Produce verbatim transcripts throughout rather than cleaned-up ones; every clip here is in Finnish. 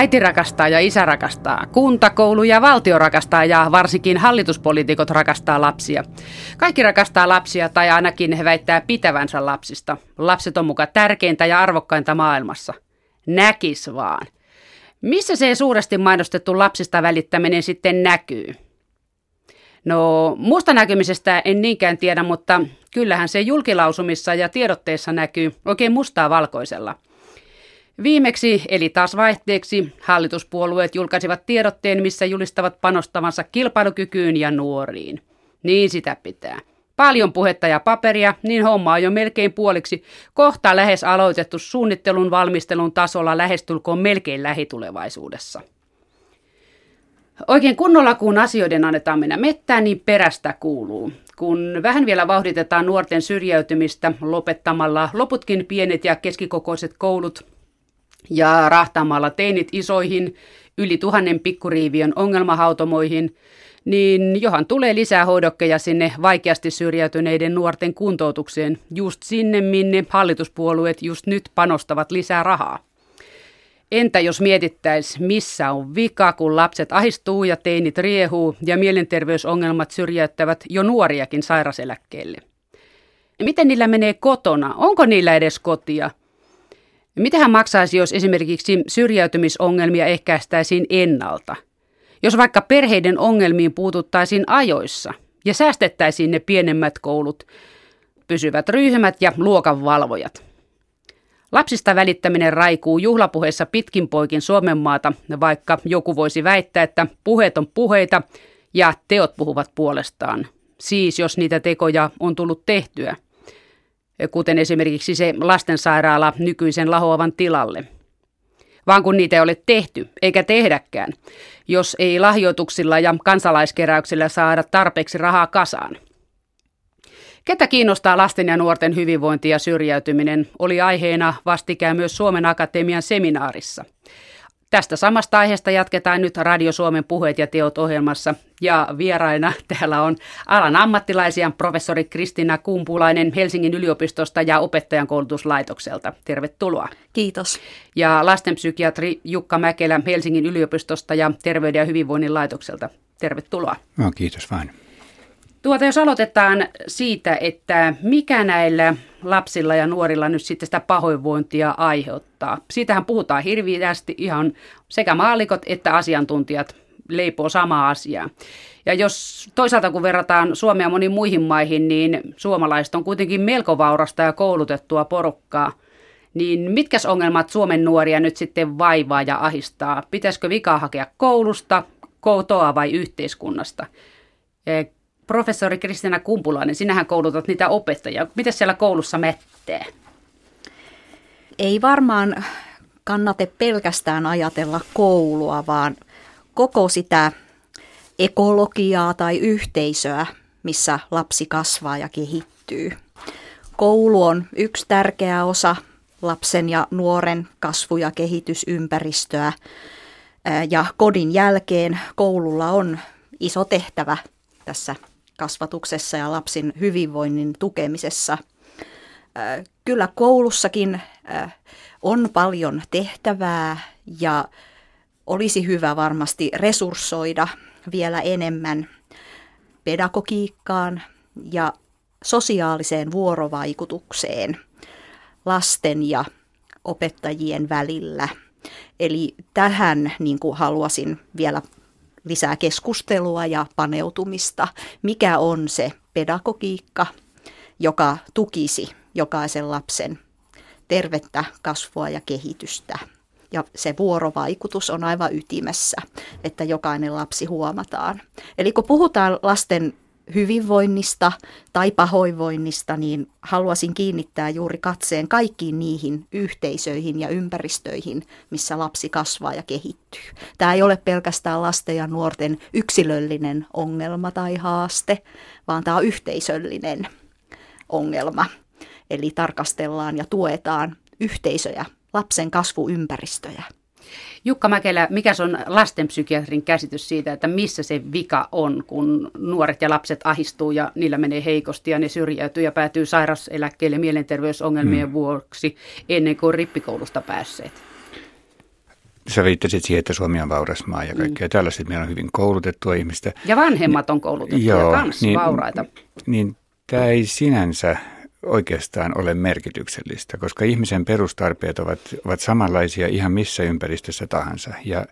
Äiti rakastaa ja isä rakastaa. Kunta, koulu ja valtio rakastaa ja varsinkin hallituspoliitikot rakastaa lapsia. Kaikki rakastaa lapsia tai ainakin he väittää pitävänsä lapsista. Lapset on muka tärkeintä ja arvokkainta maailmassa. Näkis vaan. Missä se suuresti mainostettu lapsista välittäminen sitten näkyy? No, muusta näkymisestä en niinkään tiedä, mutta kyllähän se julkilausumissa ja tiedotteissa näkyy oikein mustaa valkoisella. Viimeksi, eli taas vaihteeksi, hallituspuolueet julkaisivat tiedotteen, missä julistavat panostavansa kilpailukykyyn ja nuoriin. Niin sitä pitää. Paljon puhetta ja paperia, niin homma on jo melkein puoliksi. Kohta lähes aloitettu suunnittelun valmistelun tasolla lähestulkoon melkein lähitulevaisuudessa. Oikein kunnolla, kun asioiden annetaan mennä mettään, niin perästä kuuluu. Kun vähän vielä vauhditetaan nuorten syrjäytymistä lopettamalla loputkin pienet ja keskikokoiset koulut ja rahtaamalla teinit isoihin, yli tuhannen pikkuriiviön ongelmahautomoihin, niin johan tulee lisää hoidokkeja sinne vaikeasti syrjäytyneiden nuorten kuntoutukseen, just sinne, minne hallituspuolueet just nyt panostavat lisää rahaa. Entä jos mietittäisiin, missä on vika, kun lapset ahistuu ja teinit riehuu ja mielenterveysongelmat syrjäyttävät jo nuoriakin sairaseläkkeelle? Miten niillä menee kotona? Onko niillä edes kotia? Mitähän maksaisi, jos esimerkiksi syrjäytymisongelmia ehkäistäisiin ennalta? Jos vaikka perheiden ongelmiin puututtaisiin ajoissa ja säästettäisiin ne pienemmät koulut, pysyvät ryhmät ja luokanvalvojat. Lapsista välittäminen raikuu juhlapuheissa pitkin poikin Suomen maata, vaikka joku voisi väittää, että puheet on puheita ja teot puhuvat puolestaan. Siis jos niitä tekoja on tullut tehtyä, kuten esimerkiksi se lastensairaala nykyisen lahoavan tilalle. Vaan kun niitä ei ole tehty, eikä tehdäkään, jos ei lahjoituksilla ja kansalaiskeräyksillä saada tarpeeksi rahaa kasaan. Ketä kiinnostaa lasten ja nuorten hyvinvointi ja syrjäytyminen, oli aiheena vastikään myös Suomen Akatemian seminaarissa. Tästä samasta aiheesta jatketaan nyt Radio Suomen Puheet ja teot -ohjelmassa. Ja vieraina täällä on alan ammattilaisia, professori Kristiina Kumpulainen Helsingin yliopistosta ja opettajankoulutuslaitokselta. Tervetuloa. Kiitos. Ja lastenpsykiatri Jukka Mäkelä Helsingin yliopistosta ja Terveyden ja hyvinvoinnin laitokselta. Tervetuloa. No, kiitos vain. Tuota, jos aloitetaan siitä, että mikä näillä lapsilla ja nuorilla nyt sitten sitä pahoinvointia aiheuttaa. Siitähän puhutaan hirviästi, ihan sekä maallikot että asiantuntijat leipoo samaa asiaa. Ja jos toisaalta kun verrataan Suomea moniin muihin maihin, niin suomalaiset on kuitenkin melko vaurasta ja koulutettua porukkaa. Niin mitkäs ongelmat Suomen nuoria nyt sitten vaivaa ja ahistaa? Pitäisikö vikaa hakea koulusta, kotoa vai yhteiskunnasta? Professori Kristiina Kumpulainen, sinähän koulutat niitä opettajia. Miten siellä koulussa mättää? Ei varmaan kannata pelkästään ajatella koulua, vaan koko sitä ekologiaa tai yhteisöä, missä lapsi kasvaa ja kehittyy. Koulu on yksi tärkeä osa lapsen ja nuoren kasvu- ja kehitysympäristöä. Ja kodin jälkeen koululla on iso tehtävä tässä kasvatuksessa ja lapsen hyvinvoinnin tukemisessa. Kyllä koulussakin on paljon tehtävää ja olisi hyvä varmasti resurssoida vielä enemmän pedagogiikkaan ja sosiaaliseen vuorovaikutukseen lasten ja opettajien välillä. Eli tähän niin kuin haluaisin vielä lisää keskustelua ja paneutumista, mikä on se pedagogiikka, joka tukisi jokaisen lapsen tervettä kasvua ja kehitystä. Ja se vuorovaikutus on aivan ytimessä, että jokainen lapsi huomataan. Eli kun puhutaan lasten hyvinvoinnista tai pahoinvoinnista, niin haluaisin kiinnittää juuri katseen kaikkiin niihin yhteisöihin ja ympäristöihin, missä lapsi kasvaa ja kehittyy. Tämä ei ole pelkästään lasten ja nuorten yksilöllinen ongelma tai haaste, vaan tämä on yhteisöllinen ongelma. Eli tarkastellaan ja tuetaan yhteisöjä, lapsen kasvuympäristöjä. Jukka Mäkelä, mikä on lastenpsykiatrin käsitys siitä, että missä se vika on, kun nuoret ja lapset ahistuu ja niillä menee heikosti ja ne syrjäytyy ja päätyy sairauseläkkeelle mielenterveysongelmien hmm. vuoksi ennen kuin rippikoulusta päässeet? sä viittasit siihen, että Suomi on vauras maa ja kaikkea mm. tällaista. Meillä on hyvin koulutettua ihmistä. Ja vanhemmat on koulutettuja Joo, kans niin, vauraita. Niin tämä ei sinänsä oikeastaan ole merkityksellistä, koska ihmisen perustarpeet ovat, ovat samanlaisia ihan missä ympäristössä tahansa. Ja,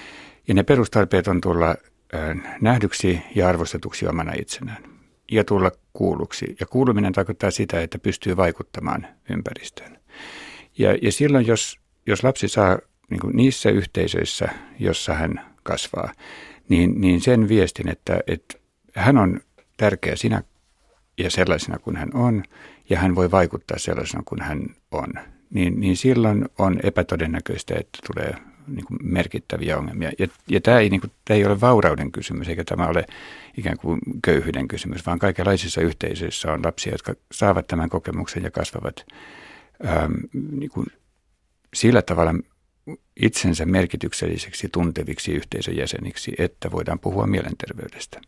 ja ne perustarpeet on tulla äh, nähdyksi ja arvostetuksi omana itsenään ja tulla kuulluksi. Ja kuuluminen tarkoittaa sitä, että pystyy vaikuttamaan ympäristöön. Ja, ja silloin, jos, jos lapsi saa niin kuin niissä yhteisöissä, jossa hän kasvaa, niin, niin sen viestin, että, että hän on tärkeä sinä ja sellaisena kuin hän on, ja hän voi vaikuttaa sellaisena kuin hän on, niin, niin silloin on epätodennäköistä, että tulee niin kuin merkittäviä ongelmia. Ja, ja tämä, ei, niin kuin, tämä ei ole vaurauden kysymys, eikä tämä ole ikään kuin köyhyyden kysymys, vaan kaikenlaisissa yhteisöissä on lapsia, jotka saavat tämän kokemuksen ja kasvavat ähm, niin kuin sillä tavalla itsensä merkitykselliseksi tunteviksi yhteisön jäseniksi, että voidaan puhua mielenterveydestä.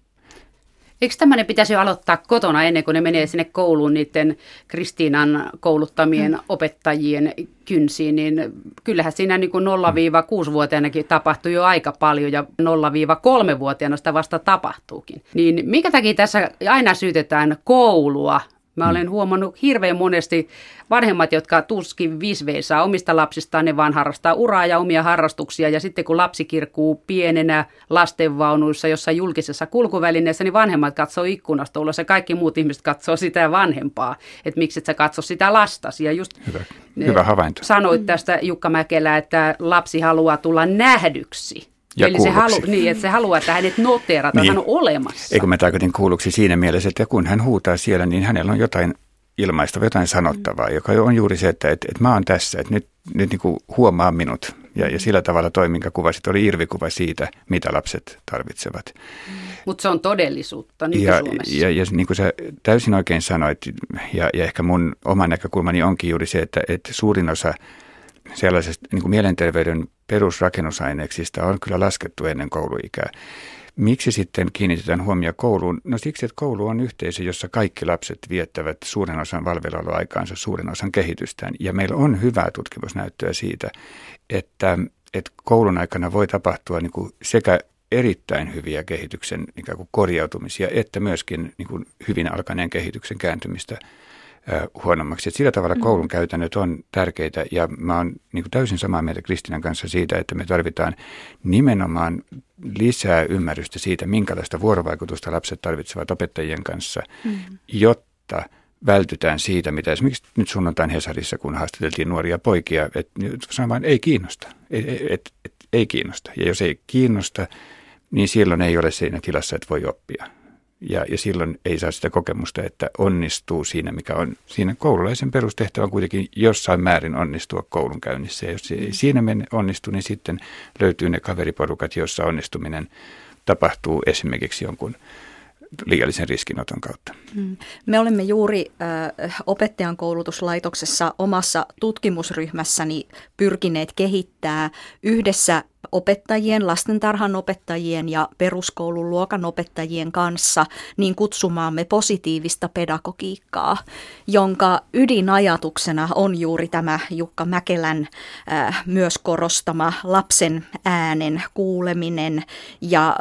Eikö tämmöinen pitäisi jo aloittaa kotona ennen kuin ne menee sinne kouluun niiden Kristiinan kouluttamien mm. opettajien kynsiin, niin kyllähän siinä niin kuin nolla kuusi-vuotiaanakin tapahtuu jo aika paljon ja nolla kolme-vuotiaana sitä vasta tapahtuukin. Niin minkä takia tässä aina syytetään koulua? Mä olen huomannut hirveän monesti vanhemmat, jotka tuskin visveisaa omista lapsistaan, ne vaan harrastaa uraa ja omia harrastuksia. Ja sitten kun lapsi kirkuu pienenä lastenvaunuissa jossain julkisessa kulkuvälineessä, niin vanhemmat katsoo ikkunasta ulos ja kaikki muut ihmiset katsoo sitä vanhempaa. Että miksi et sä katso sitä lastasi. Ja just hyvä, hyvä havainto. Sanoit tästä Jukka Mäkelä, että lapsi haluaa tulla nähdyksi. Ja Eli se, halu, niin, että se haluaa, että hänet noteerataan, niin. Hän on olemassa. Eikö mä tarkoitin kuulluksi siinä mielessä, että kun hän huutaa siellä, niin hänellä on jotain ilmaista, jotain sanottavaa, mm. joka on juuri se, että, että, että mä oon tässä, että nyt, nyt niin kuin huomaa minut. Ja, ja sillä tavalla toi, minkä kuvasit, oli irvikuva siitä, mitä lapset tarvitsevat. Mm. Mutta se on todellisuutta nyky-Suomessa. Ja, ja, ja niin kuin sä täysin oikein sanoit, ja, ja ehkä mun oma näkökulmani onkin juuri se, että, että suurin osa sellaisesta niin kuin mielenterveyden perusrakennusaineksista on kyllä laskettu ennen kouluikää. Miksi sitten kiinnitetään huomio kouluun? No siksi, että koulu on yhteisö, jossa kaikki lapset viettävät suuren osan valveiluaikaansa, suuren osan kehitystään. Ja meillä on hyvää tutkimusnäyttöä siitä, että, että koulun aikana voi tapahtua niin kuin sekä erittäin hyviä kehityksen ikään kuin korjautumisia, että myöskin niin kuin hyvin alkaneen kehityksen kääntymistä huonommaksi. Et sillä tavalla koulun käytännöt on tärkeitä ja mä oon niin kuin täysin samaa mieltä Kristiinan kanssa siitä, että me tarvitaan nimenomaan lisää ymmärrystä siitä, minkälaista vuorovaikutusta lapset tarvitsevat opettajien kanssa, mm. jotta vältytään siitä, mitä esimerkiksi nyt sunnuntain Hesarissa, kun haastateltiin nuoria poikia, että sanotaan vain ei kiinnosta, ei, et, et, ei kiinnosta. Ja jos ei kiinnosta, niin silloin ei ole siinä tilassa, että voi oppia. Ja, ja silloin ei saa sitä kokemusta, että onnistuu siinä, mikä on siinä koululaisen perustehtävä on kuitenkin jossain määrin onnistua koulun käynnissä. Ja jos se ei siinä mene onnistu, niin sitten löytyy ne kaveriporukat, joissa onnistuminen tapahtuu esimerkiksi jonkun liiallisen riskinoton kautta. Me olemme juuri äh, opettajan koulutuslaitoksessa omassa tutkimusryhmässäni pyrkineet kehittää yhdessä opettajien, lastentarhan opettajien ja peruskoulun luokan opettajien kanssa niin kutsumaamme positiivista pedagogiikkaa, jonka ydinajatuksena on juuri tämä Jukka Mäkelän äh, myös korostama lapsen äänen kuuleminen ja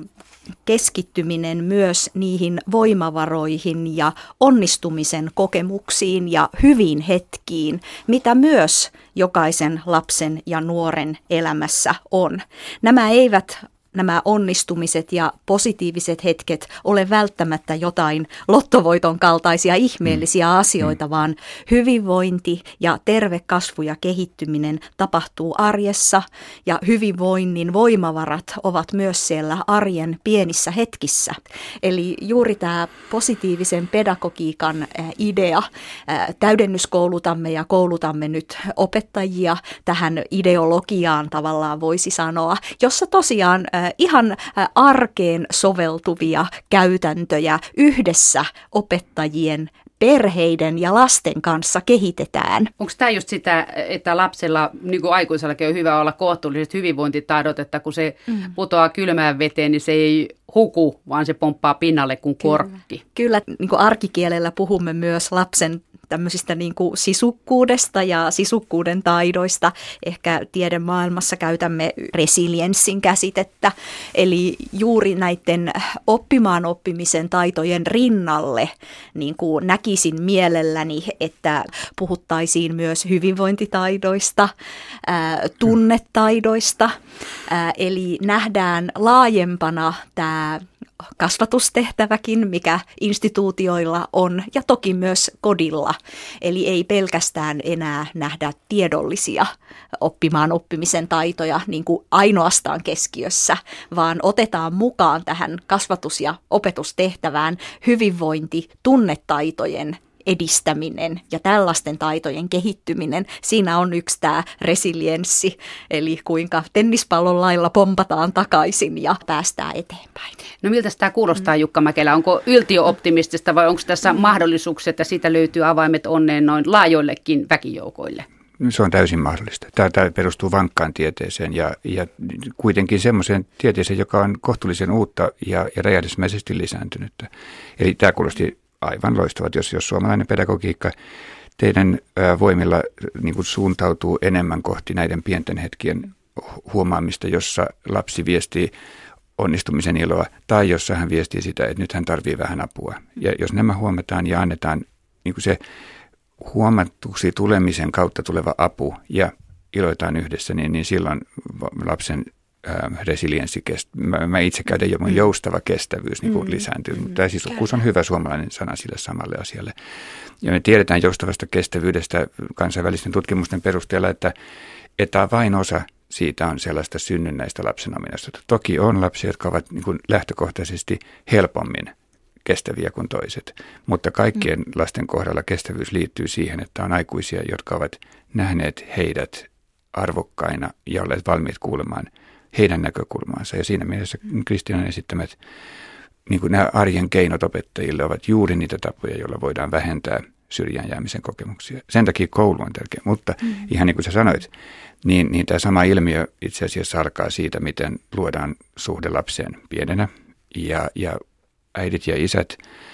keskittyminen myös niihin voimavaroihin ja onnistumisen kokemuksiin ja hyviin hetkiin, mitä myös jokaisen lapsen ja nuoren elämässä on. Nämä eivät nämä onnistumiset ja positiiviset hetket ole välttämättä jotain lottovoiton kaltaisia ihmeellisiä mm. asioita, mm. vaan hyvinvointi ja terve kasvu ja kehittyminen tapahtuu arjessa ja hyvinvoinnin voimavarat ovat myös siellä arjen pienissä hetkissä. Eli juuri tämä positiivisen pedagogiikan idea, täydennyskoulutamme ja koulutamme nyt opettajia tähän ideologiaan tavallaan voisi sanoa, jossa tosiaan ihan arkeen soveltuvia käytäntöjä yhdessä opettajien, perheiden ja lasten kanssa kehitetään. Onko tämä just sitä, että lapsella, niin kuin aikuisellakin on hyvä olla kohtuulliset hyvinvointitaidot, että kun se mm. putoaa kylmään veteen, niin se ei huku, vaan se pomppaa pinnalle kuin korkki? Kyllä, Kyllä niin kuin arkikielellä puhumme myös lapsen tämmöisistä niin kuin sisukkuudesta ja sisukkuuden taidoista. Ehkä tiedemaailmassa käytämme resilienssin käsitettä, eli juuri näiden oppimaan oppimisen taitojen rinnalle niin kuin näkisin mielelläni, että puhuttaisiin myös hyvinvointitaidoista, ää, tunnetaidoista, ää, eli nähdään laajempana tämä kasvatustehtäväkin, mikä instituutioilla on, ja toki myös kodilla. Eli ei pelkästään enää nähdä tiedollisia oppimaan oppimisen taitoja niin kuin ainoastaan keskiössä, vaan otetaan mukaan tähän kasvatus- ja opetustehtävään hyvinvointi, tunnetaitojen edistäminen ja tällaisten taitojen kehittyminen. Siinä on yksi tämä resilienssi, eli kuinka tennispallon lailla pompataan takaisin ja päästään eteenpäin. No miltä tämä kuulostaa, Jukka Mäkelä? Onko yltiöoptimistista vai onko tässä mahdollisuuksia, että siitä löytyy avaimet onneen noin laajoillekin väkijoukoille? Se on täysin mahdollista. Tämä, tämä perustuu vankkaan tieteeseen ja, ja kuitenkin semmoiseen tieteeseen, joka on kohtuullisen uutta ja, ja räjähdysmäisesti lisääntynyttä. Eli tämä kuulosti aivan loistavat, jos, jos suomalainen pedagogiikka teidän ää, voimilla niin kuin suuntautuu enemmän kohti näiden pienten hetkien huomaamista, jossa lapsi viestii onnistumisen iloa, tai jossa hän viestii sitä, että nyt hän tarvitsee vähän apua. Ja jos nämä huomataan ja annetaan niin kuin se huomatuksi tulemisen kautta tuleva apu ja iloitaan yhdessä, niin, niin silloin lapsen resilienssi, mä, mä itse käytän jo mun joustava kestävyys niin kuin mm, lisääntyy, mm, mutta sisukkuus on hyvä suomalainen sana sille samalle asialle. Ja me tiedetään joustavasta kestävyydestä kansainvälisten tutkimusten perusteella, että, että vain osa siitä on sellaista synnynnäistä lapsen ominaisuutta. Toki on lapsia, jotka ovat niin kuin lähtökohtaisesti helpommin kestäviä kuin toiset, mutta kaikkien mm. lasten kohdalla kestävyys liittyy siihen, että on aikuisia, jotka ovat nähneet heidät arvokkaina ja olleet valmiit kuulemaan heidän näkökulmaansa. Ja siinä mielessä Kristiinan esittämät niin kuin nämä arjen keinot opettajille ovat juuri niitä tapoja, joilla voidaan vähentää syrjään jäämisen kokemuksia. Sen takia koulu on tärkeä, mutta mm. ihan niin kuin sä sanoit, niin, niin tämä sama ilmiö itse asiassa alkaa siitä, miten luodaan suhde lapseen pienenä. Ja, ja äidit ja isät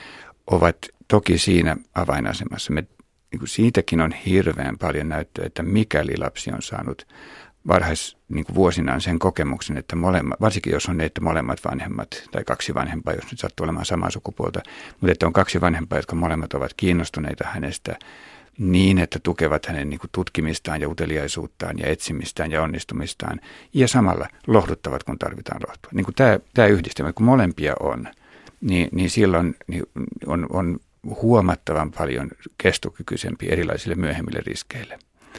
ovat toki siinä avainasemassa. Me, niin kuin siitäkin on hirveän paljon näyttöä, että mikäli lapsi on saanut varhais niin kuin vuosinaan sen kokemuksen, että molemmat, varsinkin jos on ne, että molemmat vanhemmat tai kaksi vanhempaa, jos nyt sattuu olemaan samaa sukupuolta, mutta että on kaksi vanhempaa, jotka molemmat ovat kiinnostuneita hänestä niin, että tukevat hänen niin kuin tutkimistaan ja uteliaisuuttaan ja etsimistään ja onnistumistaan ja samalla lohduttavat, kun tarvitaan lohtua. Niin kuin tämä, tämä yhdistelmä, kun molempia on, niin, niin silloin niin on, on huomattavan paljon kestokykyisempi erilaisille myöhemmille riskeille.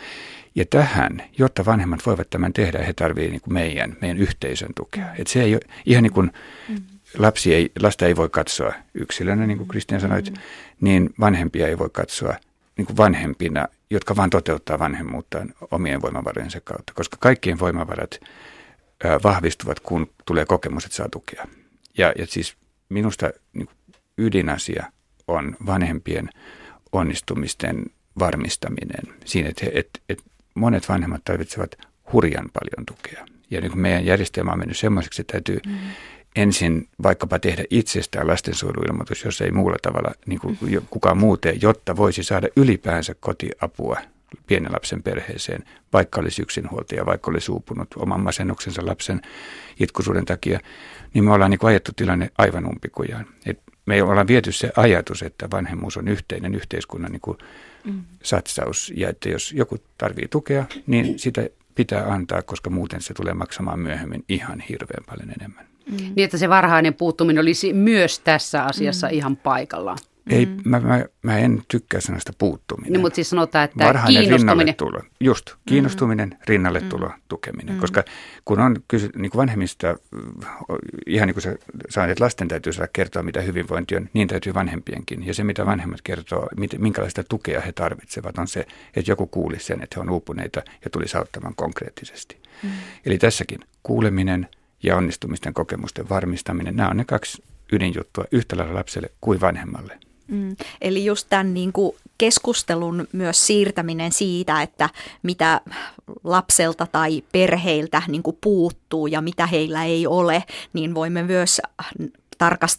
Ja tähän, jotta vanhemmat voivat tämän tehdä, he tarvitsevat niin kuin meidän, meidän yhteisön tukea. Et se ei ole, ihan niin kuin lapsi ei, lasta ei voi katsoa yksilönä, niin kuin Kristian sanoit, niin vanhempia ei voi katsoa niin kuin vanhempina, jotka vain toteuttaa vanhemmuuttaan omien voimavarojensa kautta. Koska kaikkien voimavarat ää, vahvistuvat, kun tulee kokemus, että saa tukea. Ja, ja siis minusta niin kuin ydinasia on vanhempien onnistumisten varmistaminen siinä, että, he, että, että monet vanhemmat tarvitsevat hurjan paljon tukea. Ja niin kuin meidän järjestelmä on mennyt semmoiseksi, että täytyy mm. ensin vaikkapa tehdä itsestään lastensuojeluilmoitus, jos ei muulla tavalla niin kuin kukaan muu tee, jotta voisi saada ylipäänsä kotiapua pienen lapsen perheeseen, vaikka olisi yksinhuoltaja, vaikka olisi uupunut oman masennuksensa lapsen itkuisuuden takia, niin me ollaan niin kuin ajettu tilanne aivan umpikujaan. Et me ollaan viety se ajatus, että vanhemmuus on yhteinen yhteiskunnan niin kuin mm. satsaus, ja että jos joku tarvitsee tukea, niin sitä pitää antaa, koska muuten se tulee maksamaan myöhemmin ihan hirveän paljon enemmän. Mm. Niin, että se varhainen puuttuminen olisi myös tässä asiassa mm. ihan paikallaan. Ei, mm. mä, mä, mä en tykkää sanasta puuttuminen. Niin, mutta siis sanotaan, että varhainen kiinnostuminen. Tulo, just, kiinnostuminen, mm. rinnalle tulo, mm. tukeminen. Mm. Koska kun on kysy, niin kuin vanhemmista, ihan niin kuin sä sanoit, että lasten täytyy saada kertoa, mitä hyvinvointi on, niin täytyy vanhempienkin. Ja se, mitä vanhemmat kertoo, minkälaista tukea he tarvitsevat, on se, että joku kuulisi sen, että he on uupuneita ja tulisi auttamaan konkreettisesti. Mm. Eli tässäkin kuuleminen ja onnistumisten kokemusten varmistaminen, nämä on ne kaksi ydinjuttua yhtä lailla lapselle kuin vanhemmalle. Mm. Eli just tämän niin kuin keskustelun myös siirtäminen siitä, että mitä lapselta tai perheiltä niin kuin puuttuu ja mitä heillä ei ole, niin voimme myös tarkastella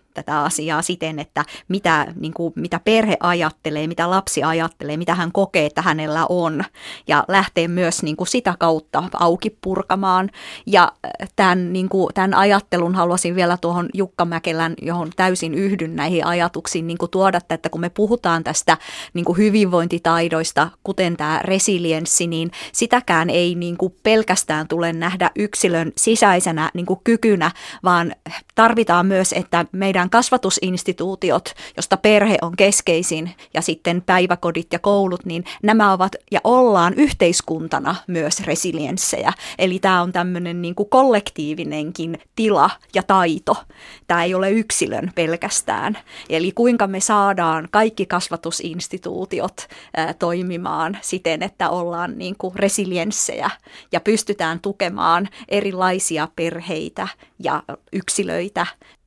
tätä asiaa siten, että mitä, niin kuin, mitä perhe ajattelee, mitä lapsi ajattelee, mitä hän kokee, että hänellä on. Ja lähtee myös niin kuin sitä kautta auki purkamaan. Ja tämän, niin kuin, tämän ajattelun haluaisin vielä tuohon Jukka Mäkelän, johon täysin yhdyn näihin ajatuksiin, niin kuin tuoda, että kun me puhutaan tästä niin kuin hyvinvointitaidoista, kuten tämä resilienssi, niin sitäkään ei niin kuin pelkästään tule nähdä yksilön sisäisenä niin kuin kykynä, vaan tarvitaan myös, että meidän kasvatusinstituutiot, josta perhe on keskeisin ja sitten päiväkodit ja koulut, niin nämä ovat ja ollaan yhteiskuntana myös resilienssejä. Eli tämä on tämmöinen niin kuin kollektiivinenkin tila ja taito. Tämä ei ole yksilön pelkästään. Eli kuinka me saadaan kaikki kasvatusinstituutiot ää, toimimaan siten, että ollaan niin kuin resilienssejä ja pystytään tukemaan erilaisia perheitä ja yksilöitä.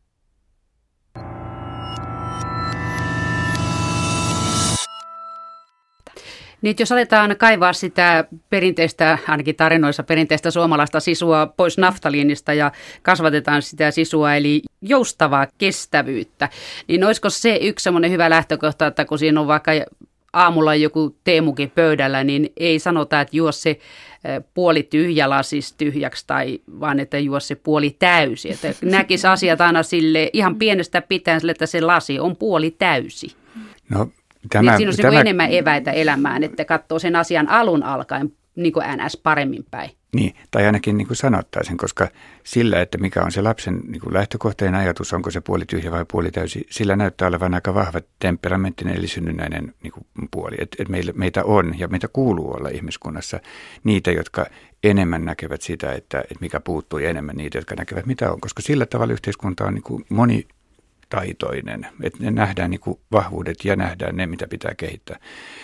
Niin, jos aletaan kaivaa sitä perinteistä, ainakin tarinoissa perinteistä suomalaista sisua pois naftaliinista ja kasvatetaan sitä sisua, eli joustavaa kestävyyttä, niin olisiko se yksi semmoinen hyvä lähtökohta, että kun siinä on vaikka aamulla joku teemukin pöydällä, niin ei sanota, että juo se puoli tyhjä lasis tyhjäksi, tai vaan että juo se puoli täysi. Että näkisi asiat aina sille ihan pienestä pitäen sille, että se lasi on puoli täysi. No, tämä, niin siinä on tämä, enemmän eväitä elämään, että katsoo sen asian alun alkaen niin kuin ns. Paremmin päin. Niin, tai ainakin niin kuin sanottaisin, koska sillä, että mikä on se lapsen niin kuin lähtökohtainen ajatus, onko se puoli tyhjä vai puoli täysi, sillä näyttää olevan aika vahva temperamenttinen eli synnynnäinen niin kuin puoli. Että et meillä, meitä on ja meitä kuuluu olla ihmiskunnassa niitä, jotka enemmän näkevät sitä, että, että mikä puuttuu, ja enemmän niitä, jotka näkevät mitä on, koska sillä tavalla yhteiskunta on niin kuin monitaitoinen, että ne nähdään niin kuin vahvuudet ja nähdään ne, mitä pitää kehittää.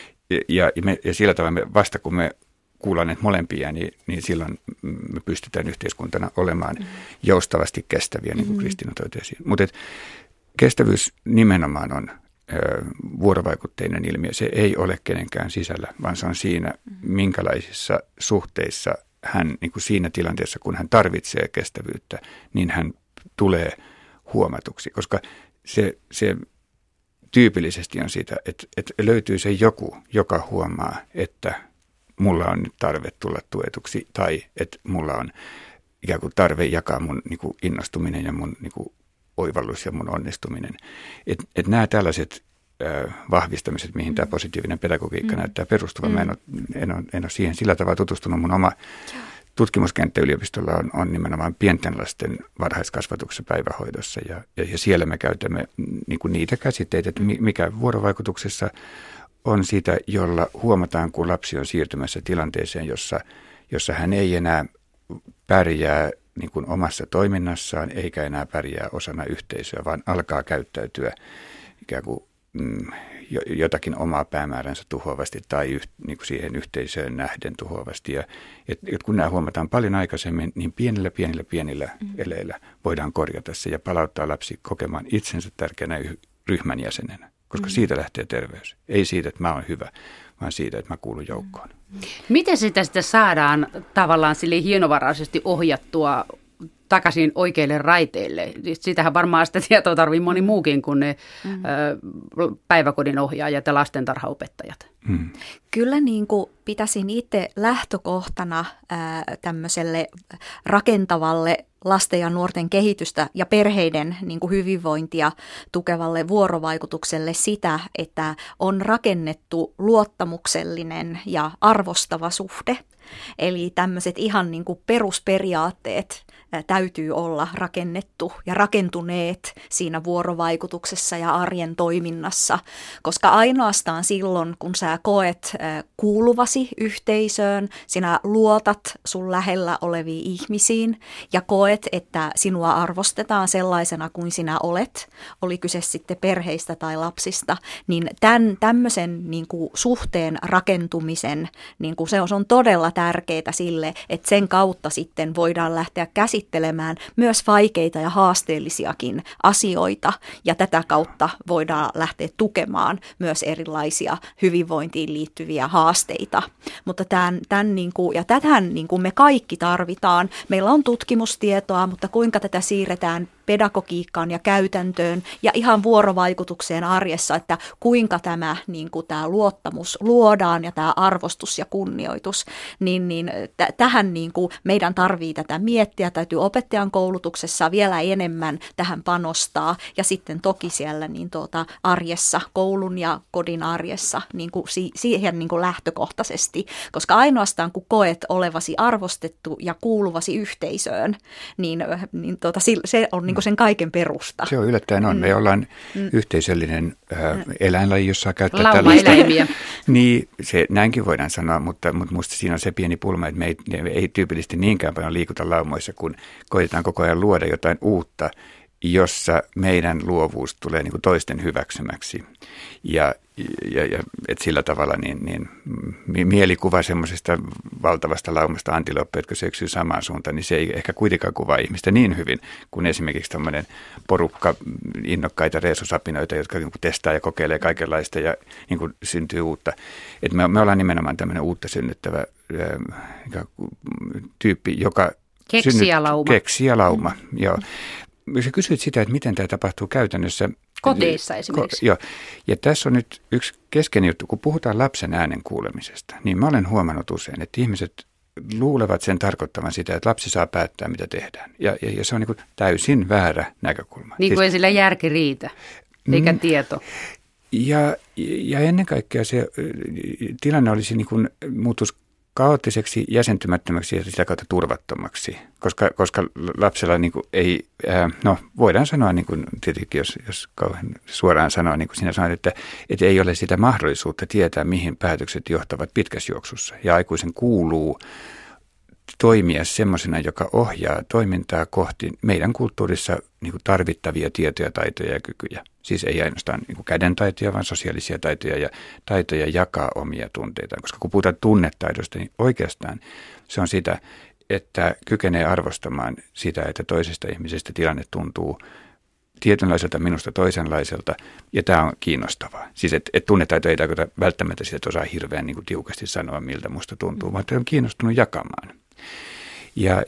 Ja, ja, me, ja sillä tavalla me vasta kun me kuullaan näitä molempia, niin, niin silloin me pystytään yhteiskuntana olemaan joustavasti kestäviä, niin kuin mm-hmm. Kristiina totesi. Mutta kestävyys nimenomaan on ö, vuorovaikutteinen ilmiö. Se ei ole kenenkään sisällä, vaan se on siinä, minkälaisissa suhteissa hän, niin kuin siinä tilanteessa, kun hän tarvitsee kestävyyttä, niin hän tulee huomatuksi. Koska se, se tyypillisesti on sitä, että, että löytyy se joku, joka huomaa, että mulla on nyt tarve tulla tuetuksi, tai että mulla on ikään kuin tarve jakaa mun niin kuin innostuminen ja mun niin kuin oivallus ja mun onnistuminen. Että et nämä tällaiset äh, vahvistamiset, mihin mm. tämä positiivinen pedagogiikka mm. näyttää perustuvan, mm. mä en ole, en, ole, en ole siihen sillä tavalla tutustunut. Mun oma tutkimuskenttä yliopistolla on, on nimenomaan pienten lasten varhaiskasvatuksessa, päivähoidossa, ja, ja, ja siellä me käytämme niin kuin niitä käsitteitä, että mikä vuorovaikutuksessa on sitä, jolla huomataan, kun lapsi on siirtymässä tilanteeseen, jossa, jossa hän ei enää pärjää niin kuin omassa toiminnassaan, eikä enää pärjää osana yhteisöä, vaan alkaa käyttäytyä ikään kuin mm, jotakin omaa päämääränsä tuhoavasti tai yht, niin kuin siihen yhteisöön nähden tuhoavasti. Ja, et, et kun nämä huomataan paljon aikaisemmin, niin pienillä, pienillä, pienillä mm. eleillä voidaan korjata se ja palauttaa lapsi kokemaan itsensä tärkeänä ryhmän jäsenenä. Koska siitä lähtee terveys. Ei siitä, että mä oon hyvä, vaan siitä, että mä kuulun joukkoon. Miten sitä sitten saadaan tavallaan sille hienovaraisesti ohjattua takaisin oikeille raiteille? Sitähän varmaan sitä tietoa tarvii moni muukin kuin ne mm. ö, päiväkodin ohjaajat ja lastentarhaopettajat. Mm. Kyllä niin kuin pitäisin itse lähtökohtana ää, tämmöiselle rakentavalle lasten ja nuorten kehitystä ja perheiden niin kuin hyvinvointia tukevalle vuorovaikutukselle sitä, että on rakennettu luottamuksellinen ja arvostava suhde. Eli tämmöiset ihan niin kuin perusperiaatteet täytyy olla rakennettu ja rakentuneet siinä vuorovaikutuksessa ja arjen toiminnassa, koska ainoastaan silloin, kun sä koet kuuluvasi yhteisöön, sinä luotat sun lähellä oleviin ihmisiin ja koet, että sinua arvostetaan sellaisena kuin sinä olet, oli kyse sitten perheistä tai lapsista, niin tämän tämmöisen niin kuin suhteen rakentumisen, niin kuin se on todella tärkeää sille, että sen kautta sitten voidaan lähteä käsittelemään myös vaikeita ja haasteellisiakin asioita, ja tätä kautta voidaan lähteä tukemaan myös erilaisia hyvinvointiin liittyviä haasteita. Mutta tämän, tämän niin kuin, ja tähän niin kuin me kaikki tarvitaan. Meillä on tutkimustietoa, mutta kuinka tätä siirretään pedagogiikkaan ja käytäntöön ja ihan vuorovaikutukseen arjessa, että kuinka tämä, niin kuin tämä luottamus luodaan ja tämä arvostus ja kunnioitus, niin, niin t- tähän niin kuin meidän tarvii tätä miettiä, täytyy opettajan koulutuksessa vielä enemmän tähän panostaa ja sitten toki siellä niin tuota, arjessa, koulun ja kodin arjessa niin kuin si- siihen niin kuin lähtökohtaisesti, koska ainoastaan kun koet olevasi arvostettu ja kuuluvasi yhteisöön, niin, niin tuota, se on niin kuin sen kaiken perusta. Se on yllättäen on. Mm. Me ollaan mm. yhteisöllinen äh, eläinlaji, jossa käyttää lauma-eläimiä. Niin, se, näinkin voidaan sanoa, mutta, mutta musta siinä on se pieni pulma, että me ei, me ei tyypillisesti niinkään paljon liikuta laumoissa, kun koitetaan koko ajan luoda jotain uutta, jossa meidän luovuus tulee niin kuin toisten hyväksymäksi. Ja, ja, ja et sillä tavalla niin, niin mielikuva semmoisesta valtavasta laumasta antiloppeja, jotka syöksyy samaan suuntaan, niin se ei ehkä kuitenkaan kuvaa ihmistä niin hyvin kuin esimerkiksi tämmöinen porukka innokkaita reesusapinoita, jotka niin kuin testaa ja kokeilee kaikenlaista ja niin kuin syntyy uutta. Et me, me ollaan nimenomaan tämmöinen uutta synnyttävä ää, tyyppi, joka keksijälauma. Keksijälauma, mm. joo. Sä kysyit sitä, että miten tämä tapahtuu käytännössä. Kodeissa esimerkiksi. Joo, ja tässä on nyt yksi keskeinen juttu. Kun puhutaan lapsen äänen kuulemisesta, niin mä olen huomannut usein, että ihmiset luulevat sen tarkoittavan sitä, että lapsi saa päättää, mitä tehdään. Ja, ja, ja se on niin kuin täysin väärä näkökulma. Niin kuin siis, ei sillä järki riitä, eikä mm, tieto. Ja, ja ennen kaikkea se tilanne olisi niin kuin muuttuisi kaoottiseksi, jäsentymättömäksi ja sitä kautta turvattomaksi, koska, koska lapsella niin kuin ei, ää, no voidaan sanoa, niin kuin, tietenkin jos, jos kauhean suoraan sanoa, niin kuin sinä sanoit, että, että ei ole sitä mahdollisuutta tietää, mihin päätökset johtavat pitkässä juoksussa. Ja aikuisen kuuluu toimia semmoisena, joka ohjaa toimintaa kohti meidän kulttuurissa niin kuin tarvittavia tietoja, taitoja ja kykyjä. Siis ei ainoastaan niin kuin kädentaitoja, vaan sosiaalisia taitoja ja taitoja jakaa omia tunteitaan. Koska kun puhutaan tunnetaidosta, niin oikeastaan se on sitä, että kykenee arvostamaan sitä, että toisesta ihmisestä tilanne tuntuu tietynlaiselta, minusta toisenlaiselta, ja tämä on kiinnostavaa. Siis että et tunnetaito ei tarkoita välttämättä sitä, että osaa hirveän niin kuin tiukasti sanoa, miltä musta tuntuu, vaan että on kiinnostunut jakamaan. Ja,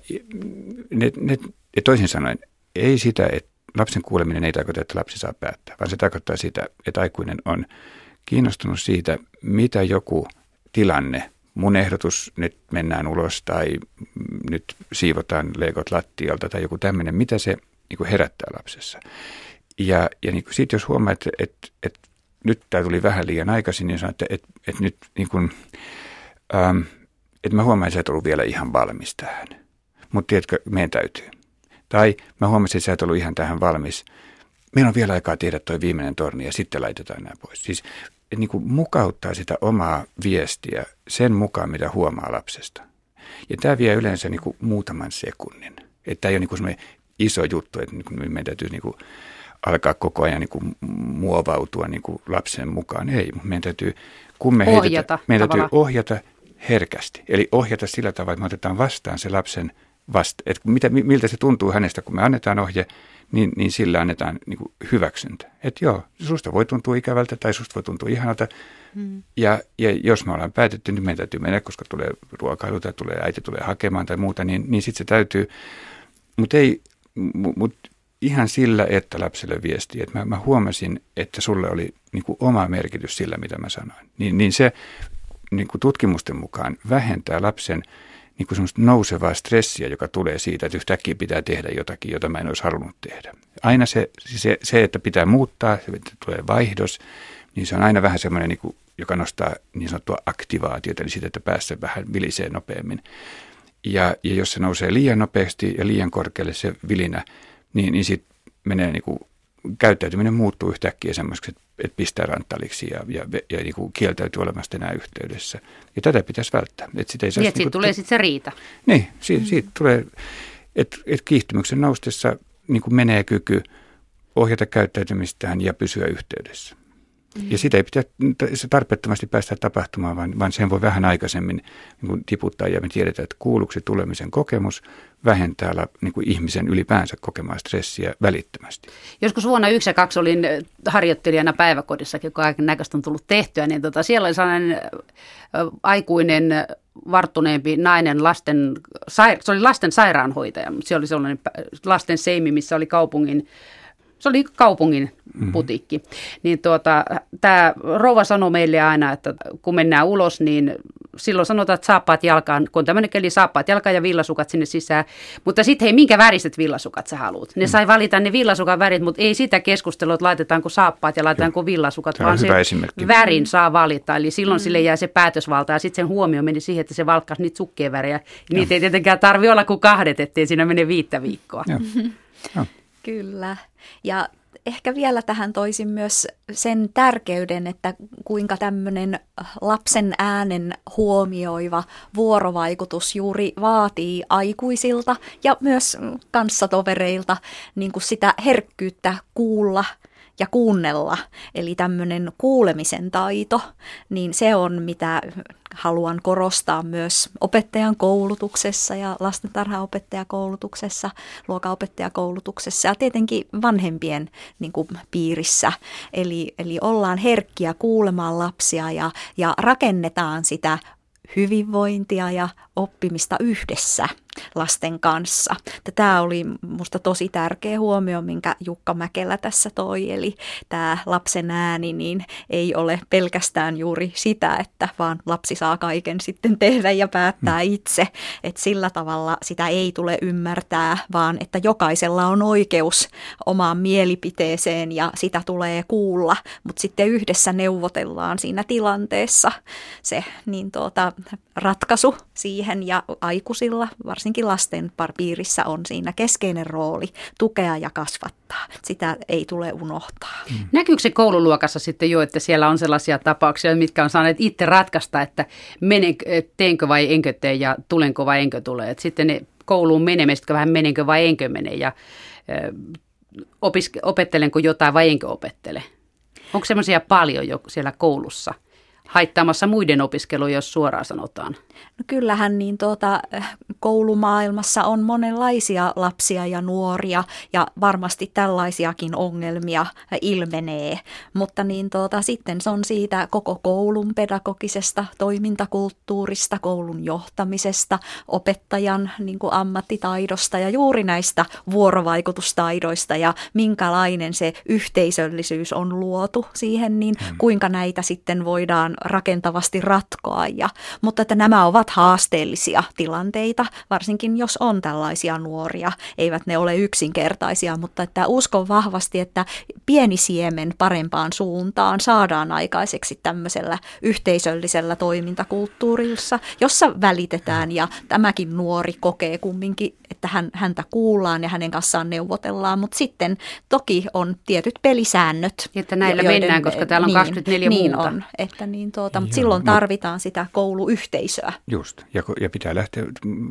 ne, ne, ja toisin sanoen, ei sitä, että lapsen kuuleminen ei tarkoita, että lapsi saa päättää, vaan se tarkoittaa sitä, että aikuinen on kiinnostunut siitä, mitä joku tilanne, mun ehdotus, nyt mennään ulos tai nyt siivotaan leikot lattialta tai joku tämmöinen, mitä se niin kuin herättää lapsessa. Ja, ja niin sitten jos huomaa, että, että, että nyt tämä tuli vähän liian aikaisin, niin sanon, että, että, että nyt niin kuin, ähm, että mä huomaan, että sä et ollut vielä ihan valmis tähän. Mutta tiedätkö, meidän täytyy. Tai mä huomasin, että sä et ollut ihan tähän valmis. Meillä on vielä aikaa tehdä toi viimeinen torni ja sitten laitetaan nämä pois. Siis että niin kuin mukauttaa sitä omaa viestiä sen mukaan, mitä huomaa lapsesta. Ja tämä vie yleensä niin kuin muutaman sekunnin. Että tämä ei ole niin kuin semmoinen iso juttu, että niin kuin meidän täytyy niin kuin alkaa koko ajan niin kuin muovautua niin kuin lapsen mukaan. Ei, meidän täytyy, kun me ohjata, heitetään, meidän täytyy ohjata herkästi. Eli ohjata sillä tavalla, että me otetaan vastaan se lapsen vasta. Että mitä, miltä se tuntuu hänestä, kun me annetaan ohje, niin, niin sillä annetaan niin kuin hyväksyntä. Että joo, susta voi tuntua ikävältä tai susta voi tuntua ihanalta. Hmm. Ja, ja jos me ollaan päätetty, niin meidän täytyy mennä, koska tulee ruokailu tai tulee, äiti tulee hakemaan tai muuta, niin, niin sitten se täytyy. Mutta ei, mut ihan sillä, että lapselle viesti, että mä, mä huomasin, että sulle oli niin kuin oma merkitys sillä, mitä mä sanoin. Niin, niin se niin kuin tutkimusten mukaan vähentää lapsen niin kuin semmoista nousevaa stressiä, joka tulee siitä, että yhtäkkiä pitää tehdä jotakin, jota mä en olisi halunnut tehdä. Aina se, se, se että pitää muuttaa, se, että tulee vaihdos, niin se on aina vähän semmoinen, niin kuin, joka nostaa niin sanottua aktivaatiota, eli sitä, että päässä vähän vilisee nopeammin. Ja, ja jos se nousee liian nopeasti ja liian korkealle se vilinä, niin, niin sitten menee niin kuin, käyttäytyminen muuttuu yhtäkkiä semmoiseksi, että, että pistää ranttaliksi ja, ja, ja niin kuin kieltäytyy olemasta enää yhteydessä. Ja tätä pitäisi välttää. Että sit ei niin, että siitä tulee sitten se riita. Niin, siitä, siitä tulee, että, että kiihtymyksen noustessa niin kuin menee kyky ohjata käyttäytymistään ja pysyä yhteydessä. Ja sitä ei pitää se tarpeettomasti päästä tapahtumaan, vaan, vaan sen voi vähän aikaisemmin niin kuin tiputtaa. Ja me tiedetään, että kuulluksi tulemisen kokemus vähentää niin kuin ihmisen ylipäänsä kokemaa stressiä välittömästi. Joskus vuonna yksi ja kaksi olin harjoittelijana päiväkodissakin, kun kaiken näköistä on tullut tehtyä, niin tota, siellä oli sellainen aikuinen varttuneempi nainen, lasten, se oli lasten sairaanhoitaja, mutta se oli sellainen lasten seimi, missä oli kaupungin, se oli kaupungin putiikki. Mm-hmm. Niin tuota, tämä rouva sanoi meille aina, että kun mennään ulos, niin silloin sanotaan, että saappaat jalkaan, kun on tämmöinen keli, saappaat jalkaan ja villasukat sinne sisään. Mutta sitten hei, minkä väriset villasukat sä haluat? Ne mm. sai valita ne villasukan värit, mutta ei sitä keskustelua, että laitetaanko saappaat ja laitetaanko villasukat, se vaan se esimerkki. Värin saa valita. Eli silloin mm. sille jää se päätösvalta ja sitten sen huomio meni siihen, että se valkkasi niitä sukkeen värejä. Niitä ei tietenkään tarvitse olla kuin kahdet, ettei siinä mene viittä viikkoa. Ja. Kyllä. Ja ehkä vielä tähän toisin myös sen tärkeyden, että kuinka tämmöinen lapsen äänen huomioiva vuorovaikutus juuri vaatii aikuisilta ja myös kanssatovereilta niin kuin sitä herkkyyttä kuulla ja kuunnella. Eli tämmöinen kuulemisen taito, niin se on mitä haluan korostaa myös opettajan koulutuksessa ja lastentarhaopettajakoulutuksessa, luokanopettajakoulutuksessa ja tietenkin vanhempien niin kuin, piirissä. Eli, eli ollaan herkkiä kuulemaan lapsia ja, ja rakennetaan sitä hyvinvointia ja oppimista yhdessä lasten kanssa. Tämä oli minusta tosi tärkeä huomio, minkä Jukka Mäkelä tässä toi, eli tämä lapsen ääni niin ei ole pelkästään juuri sitä, että vaan lapsi saa kaiken sitten tehdä ja päättää itse, että sillä tavalla sitä ei tule ymmärtää, vaan että jokaisella on oikeus omaan mielipiteeseen ja sitä tulee kuulla, mutta sitten yhdessä neuvotellaan siinä tilanteessa se niin tuota, ratkaisu siihen ja aikuisilla, varsinkin lasten piirissä on siinä keskeinen rooli tukea ja kasvattaa. Sitä ei tule unohtaa. Hmm. Näkyykö se koululuokassa sitten jo, että siellä on sellaisia tapauksia, mitkä on saaneet itse ratkaista, että menen, teenkö vai enkö tee ja tulenko vai enkö tule. Että sitten ne kouluun menemisestä vähän menenkö vai enkö mene ja opiske, opettelenko jotain vai enkö opettele. Onko semmoisia paljon jo siellä koulussa haittaamassa muiden opiskelua, jos suoraan sanotaan? No kyllähän niin tuota, koulumaailmassa on monenlaisia lapsia ja nuoria ja varmasti tällaisiakin ongelmia ilmenee, mutta niin tuota, sitten se on siitä koko koulun pedagogisesta toimintakulttuurista, koulun johtamisesta, opettajan niin kuin ammattitaidosta ja juuri näistä vuorovaikutustaidoista ja minkälainen se yhteisöllisyys on luotu siihen, niin kuinka näitä sitten voidaan rakentavasti ratkoa. Ja, mutta että nämä ovat haasteellisia tilanteita, varsinkin jos on tällaisia nuoria. Eivät ne ole yksinkertaisia, mutta että uskon vahvasti, että pieni siemen parempaan suuntaan saadaan aikaiseksi tämmöisellä yhteisöllisellä toimintakulttuurissa, jossa välitetään ja tämäkin nuori kokee kumminkin, että hän, häntä kuullaan ja hänen kanssaan neuvotellaan, mutta sitten toki on tietyt pelisäännöt. Että näillä joiden, mennään, koska täällä on niin, kaksikymmentäneljä niin muuta. On, että niin tuota, mutta silloin tarvitaan sitä kouluyhteisöä. Just, ja, ja pitää lähteä,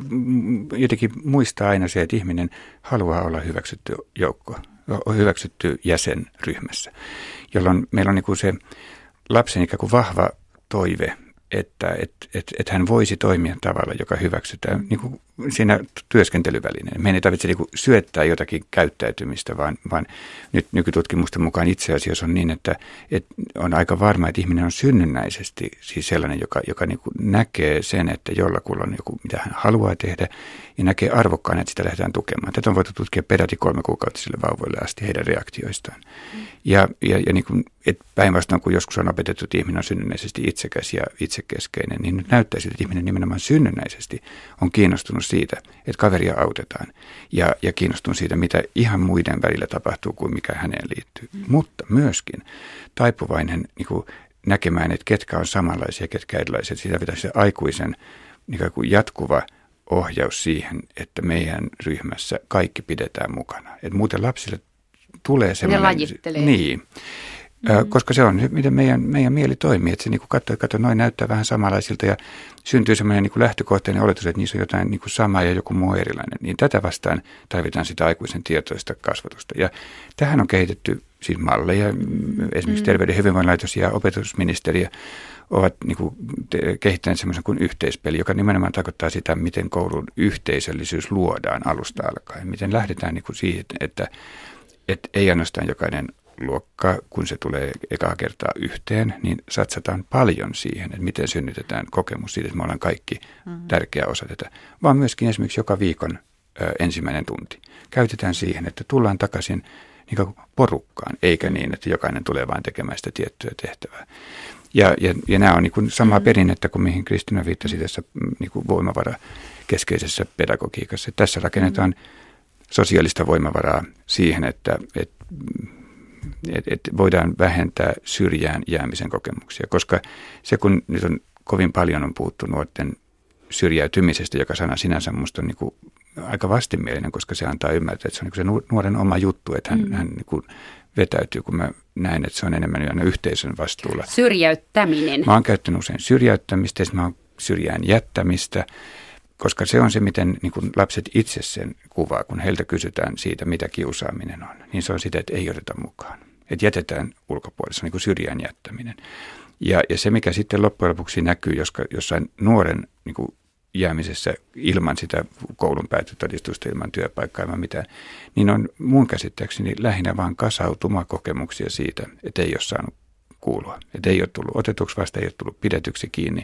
jotenkin muistaa aina se, että ihminen haluaa olla hyväksytty joukko, hyväksytty jäsen ryhmässä, jolloin meillä on niin kuin se lapsen ikään kuin vahva toive, että et, et, et hän voisi toimia tavalla, joka hyväksytään niin kuin siinä työskentelyvälineen. Meidän ei tarvitse niin kuin syöttää jotakin käyttäytymistä, vaan, vaan nyt nykytutkimusten mukaan itse asiassa on niin, että, että on aika varma, että ihminen on synnynnäisesti siis sellainen, joka, joka niin kuin näkee sen, että jollakulla on joku, mitä hän haluaa tehdä, ja näkee arvokkaana, että sitä lähdetään tukemaan. Tätä on voitu tutkia peräti kolme kuukautisille vauvoille asti heidän reaktioistaan. Mm. Ja, ja, ja niin kuin, päinvastoin, kun joskus on opetettu, että ihminen on synnynnäisesti itsekäs ja itsekeskeinen, niin nyt näyttäisi, että ihminen nimenomaan synnynnäisesti on kiinnostunut siitä, että kaveria autetaan ja, ja kiinnostunut siitä, mitä ihan muiden välillä tapahtuu kuin mikä häneen liittyy. Mm. Mutta myöskin taipuvainen niin kuin näkemään, että ketkä on samanlaisia, ketkä erilaisia. Siitä pitäisi se aikuisen niin kuin jatkuva ohjaus siihen, että meidän ryhmässä kaikki pidetään mukana. Et muuten lapsille tulee semmoinen... Ne lajittelee. Niin. Mm-hmm. Koska se on, miten meidän, meidän mieli toimii, että se niin katsoo, katsoo, noin näyttää vähän samanlaisilta ja syntyy semmoinen niin kuin lähtökohtainen oletus, että niissä on jotain niin kuin samaa ja joku muu erilainen. Niin tätä vastaan tarvitaan sitä aikuisen tietoista kasvatusta. Ja tähän on kehitetty siis malleja. Esimerkiksi mm. Terveyden ja hyvinvointilaitos ja opetusministeriö ovat niin kuin kehittäneet semmoisen kuin yhteispeli, joka nimenomaan tarkoittaa sitä, miten koulun yhteisöllisyys luodaan alusta alkaen. Miten lähdetään niin kuin siihen, että, että ei ainoastaan jokainen luokka, kun se tulee ekaa kertaa yhteen, niin satsataan paljon siihen, että miten synnytetään kokemus siitä, että me ollaan kaikki mm-hmm. tärkeä osa tätä, vaan myöskin esimerkiksi joka viikon ö, ensimmäinen tunti. Käytetään siihen, että tullaan takaisin niin kuin porukkaan, eikä niin, että jokainen tulee vain tekemään sitä tiettyä tehtävää. Ja, ja, ja nämä on niin kuin samaa mm-hmm. perinnettä kuin mihin Kristiina viittasi tässä niin kuin voimavara keskeisessä pedagogiikassa. Tässä rakennetaan mm-hmm. sosiaalista voimavaraa siihen, että, että että et voidaan vähentää syrjään jäämisen kokemuksia, koska se kun nyt on kovin paljon on puhuttu nuorten syrjäytymisestä, joka sana sinänsä minusta on niin kuin aika vastenmielinen, koska se antaa ymmärtää, että se on niin kuin se nuoren oma juttu, että hän, mm. hän niin kuin vetäytyy, kun mä näen, että se on enemmän aina yhteisön vastuulla. Syrjäyttäminen. Mä oon käyttänyt usein syrjäyttämistä ja mä oon syrjään jättämistä, koska se on se, miten niin kuin lapset itse sen kuvaa, kun heiltä kysytään siitä, mitä kiusaaminen on. Niin se on sitä, että ei oteta mukaan. Että jätetään ulkopuolella, se on niin kuin syrjään jättäminen. Ja, ja se, mikä sitten loppujen lopuksi näkyy joska, jossain nuoren niin kuin jäämisessä ilman sitä koulun päättötodistusta, ilman työpaikkaa, ilman mitään, niin on mun käsittääkseni lähinnä vaan kasautumakokemuksia siitä, että ei ole saanut kuulua. Että ei ole tullut otetuksi vasta, ei ole tullut pidetyksi kiinni.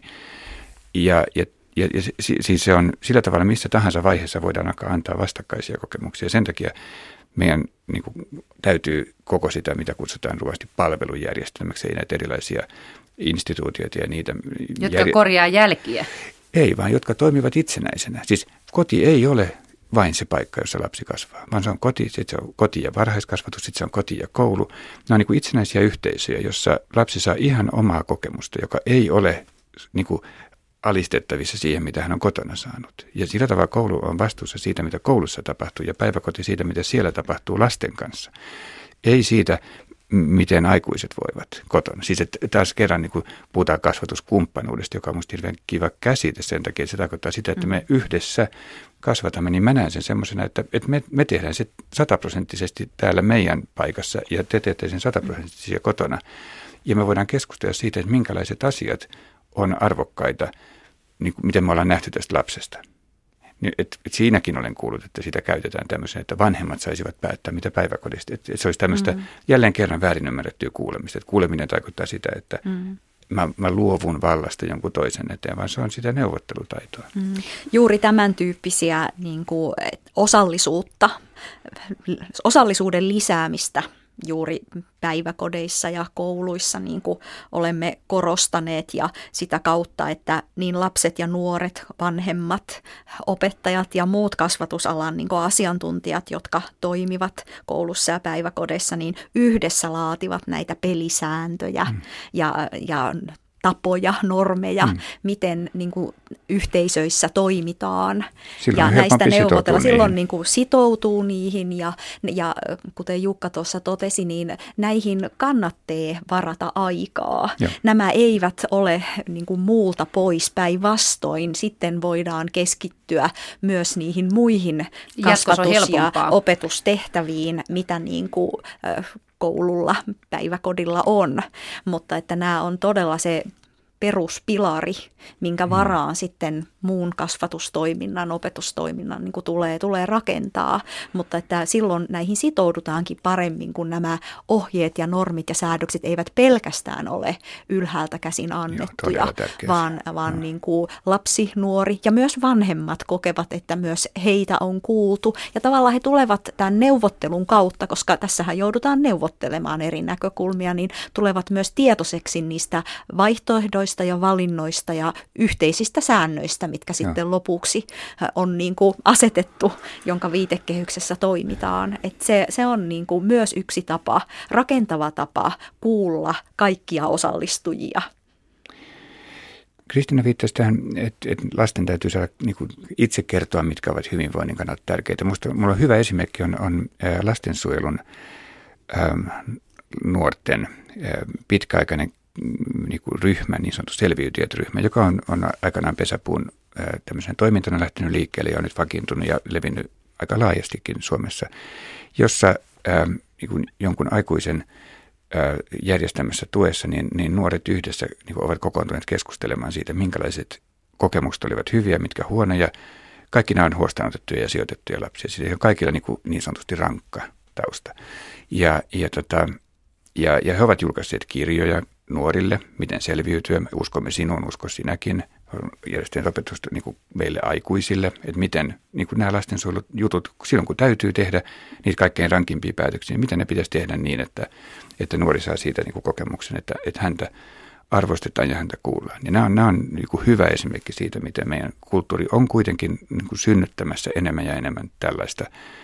Ja, ja Ja, ja siis se on sillä tavalla, missä tahansa vaiheessa voidaan alkaa antaa vastakkaisia kokemuksia. Sen takia meidän niin kuin, täytyy koko sitä, mitä kutsutaan ruoasti palvelujärjestelmäksi, ei näitä erilaisia instituutioita ja niitä. Jotka jär... korjaa jälkiä. Ei, vaan jotka toimivat itsenäisenä. Siis koti ei ole vain se paikka, jossa lapsi kasvaa, vaan se on koti, sitten se on koti ja varhaiskasvatus, sitten se on koti ja koulu. Nämä on niin kuin itsenäisiä yhteisöjä, jossa lapsi saa ihan omaa kokemusta, joka ei ole niin kuin alistettavissa siihen, mitä hän on kotona saanut. Ja sillä tavalla koulu on vastuussa siitä, mitä koulussa tapahtuu, ja päiväkoti siitä, mitä siellä tapahtuu lasten kanssa. Ei siitä, miten aikuiset voivat kotona. Siis että taas kerran niin kun puhutaan kasvatuskumppanuudesta, joka on minusta hirveän kiva käsite sen takia, että se tarkoittaa sitä, että me yhdessä kasvatamme, niin mä näen sen semmoisena, että, että me, me tehdään se sataprosenttisesti täällä meidän paikassa, ja te teette sen sataprosenttisesti kotona. Ja me voidaan keskustella siitä, että minkälaiset asiat on arvokkaita, niin kuin miten me ollaan nähty tästä lapsesta. Et, et siinäkin olen kuullut, että sitä käytetään tämmöisen, että vanhemmat saisivat päättää, mitä päiväkodista. Et, et se olisi tämmöistä mm. jälleen kerran väärin ymmärrettyä kuulemista. Et kuuleminen tarkoittaa sitä, että mm. mä, mä luovun vallasta jonkun toisen eteen, vaan se on sitä neuvottelutaitoa. Mm. Juuri tämän tyyppisiä niin kuin osallisuutta, osallisuuden lisäämistä juuri päiväkodeissa ja kouluissa niin kuin olemme korostaneet ja sitä kautta, että niin lapset ja nuoret, vanhemmat, opettajat ja muut kasvatusalan niin kuin asiantuntijat, jotka toimivat koulussa ja päiväkodeissa, niin yhdessä laativat näitä pelisääntöjä mm. ja, ja tapoja, normeja, mm. miten niin kuin, yhteisöissä toimitaan. Silloin ja näistä neuvotella. Silloin niihin. Niin kuin, sitoutuu niihin ja, ja kuten Jukka tuossa totesi, niin näihin kannattaa varata aikaa. Joo. Nämä eivät ole niin kuin, muulta pois, päinvastoin. Sitten voidaan keskittyä myös niihin muihin kasvatus- ja opetustehtäviin, mitä niin kuin, koululla, päiväkodilla on, mutta että nämä on todella se peruspilari, minkä varaan mm. sitten muun kasvatustoiminnan, opetustoiminnan niin kuin tulee, tulee rakentaa, mutta että silloin näihin sitoudutaankin paremmin, kun nämä ohjeet ja normit ja säädökset eivät pelkästään ole ylhäältä käsin annettuja, Joo, vaan, vaan no. niin kuin lapsi, nuori ja myös vanhemmat kokevat, että myös heitä on kuultu ja tavallaan he tulevat tämän neuvottelun kautta, koska tässähän joudutaan neuvottelemaan eri näkökulmia, niin tulevat myös tietoiseksi niistä vaihtoehdoista ja valinnoista ja yhteisistä säännöistä, mitkä sitten ja. lopuksi on niin kuin asetettu, jonka viitekehyksessä toimitaan. Et se, se on niin kuin myös yksi tapa, rakentava tapa kuulla kaikkia osallistujia. Kristiina viittasi tähän, että, että lasten täytyy saada niin kuin itse kertoa, mitkä ovat hyvinvoinnin kannalta tärkeitä. Minusta minulla on hyvä esimerkki on, on lastensuojelun ähm, nuorten äh, pitkäaikainen niin kuin ryhmä, niin sanottu selviytyjät-ryhmä, joka on, on aikanaan Pesäpuun ää, tämmöisen toimintana lähtenyt liikkeelle ja on nyt vakiintunut ja levinnyt aika laajastikin Suomessa, jossa ää, niin kuin jonkun aikuisen ää, järjestämässä tuessa niin, niin nuoret yhdessä niin kuin ovat kokoontuneet keskustelemaan siitä, minkälaiset kokemukset olivat hyviä, mitkä huonoja. Kaikki nämä on huostaanotettuja ja sijoitettuja lapsia. Siitä on kaikilla niin, kuin, niin sanotusti rankka tausta. Ja, ja, tota, ja, ja he ovat julkaisseet kirjoja nuorille, miten selviytyä. Me uskomme sinuun, usko sinäkin. Järjestetään opetusta niin kuin meille aikuisille, että miten niin kuin nämä lastensuojelujutut, silloin kun täytyy tehdä niitä kaikkein rankimpia päätöksiä, niin miten ne pitäisi tehdä niin, että, että nuori saa siitä niin kuin kokemuksen, että, että häntä arvostetaan ja häntä kuullaan. Ja nämä on, nämä on niin kuin hyvä esimerkki siitä, miten meidän kulttuuri on kuitenkin niin kuin synnyttämässä enemmän ja enemmän tällaista.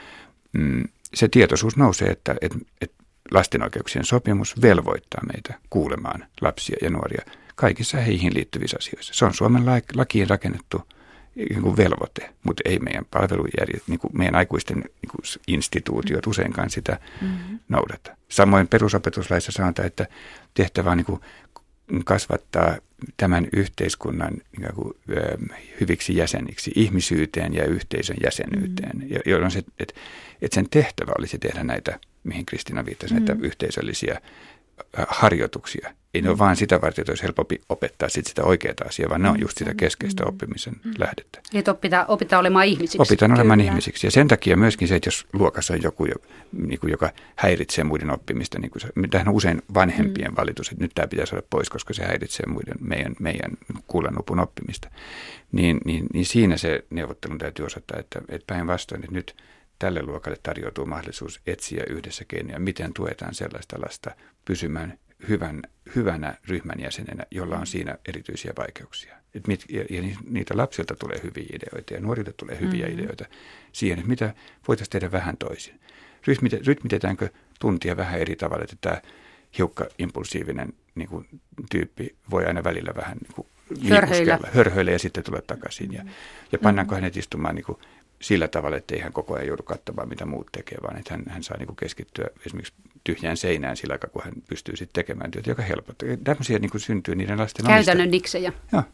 Mm, se tietoisuus nousee, että, että, että lasten oikeuksien sopimus velvoittaa meitä kuulemaan lapsia ja nuoria kaikissa heihin liittyvissä asioissa. Se on Suomen lakiin rakennettu niin kuin velvoite, mutta ei meidän palvelujärjestelmä, niin kuin meidän aikuisten niin kuin instituutiot useinkaan sitä mm-hmm. noudata. Samoin perusopetuslaissa sanotaan, että tehtävä on niin kuin kasvattaa tämän yhteiskunnan niin kuin, hyviksi jäseniksi, ihmisyyteen ja yhteisön jäsenyyteen, mm. jolloin se, että, että sen tehtävä olisi tehdä näitä, mihin Kristiina viittasi, mm. näitä yhteisöllisiä harjoituksia. Ei ne ole vaan sitä varten, että olisi helpompi opettaa sit sitä oikeaa asiaa, vaan ne on just sitä keskeistä oppimisen lähdettä. Että opitaan, opitaan olemaan ihmisiksi. Opitaan olemaan Kyllä. ihmisiksi. Ja sen takia myöskin se, että jos luokassa on joku, joka häiritsee muiden oppimista, niin kuin se, tämähän on usein vanhempien valitus, että nyt tämä pitäisi olla pois, koska se häiritsee muiden, meidän, meidän kullanupun oppimista. Niin, niin, niin siinä se neuvottelun täytyy osoittaa, että, että päinvastoin, että nyt tälle luokalle tarjoutuu mahdollisuus etsiä yhdessä keinoja, miten tuetaan sellaista lasta pysymään hyvän, hyvänä ryhmän jäsenenä, jolla on siinä erityisiä vaikeuksia. Et mit, ja, ja niitä lapsilta tulee hyviä ideoita ja nuorilta tulee hyviä mm-hmm. ideoita siihen, että mitä voitaisiin tehdä vähän toisin. Rytmite, rytmitetäänkö tuntia vähän eri tavalla, että tämä hiukka impulsiivinen niin kuin, tyyppi voi aina välillä vähän niin kuin, hörhöillä. hörhöillä ja sitten tulla takaisin. Ja, ja pannaanko hänet istumaan niin kuin, sillä tavalla, että ei hän koko ajan joudu katsomaan, mitä muut tekee, vaan että hän, hän saa niin kuin keskittyä esimerkiksi tyhjään seinään sillä aikaa, kun hän pystyy sitten tekemään työtä, joka helpottaa. Tämmöisiä niin kuin syntyy niiden lasten omista. Käytännön niksejä. Joo.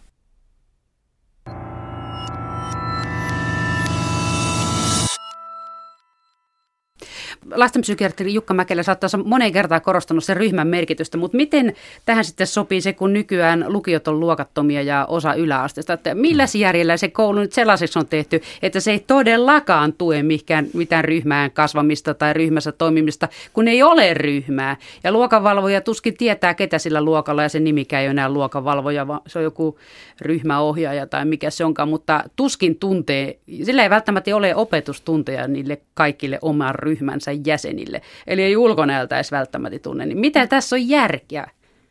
Lastenpsykiatri Jukka Mäkelä saattaa olla moneen kertaan korostanut sen ryhmän merkitystä, mutta miten tähän sitten sopii se, kun nykyään lukiot on luokattomia ja osa yläasteesta? Että millä järjellä se koulu nyt sellaiseksi on tehty, että se ei todellakaan tue mikään, mitään ryhmään kasvamista tai ryhmässä toimimista, kun ei ole ryhmää. Ja luokanvalvoja tuskin tietää, ketä sillä luokalla, ja sen nimikään ei ole enää luokanvalvoja, vaan se on joku ryhmäohjaaja tai mikä se onkaan, mutta tuskin tuntee, sillä ei välttämättä ole opetustunteja niille kaikille oman ryhmänsä jäsenille. Eli ei ulkonäöltä edes välttämättä tunne. Niin mitä tässä on järkeä?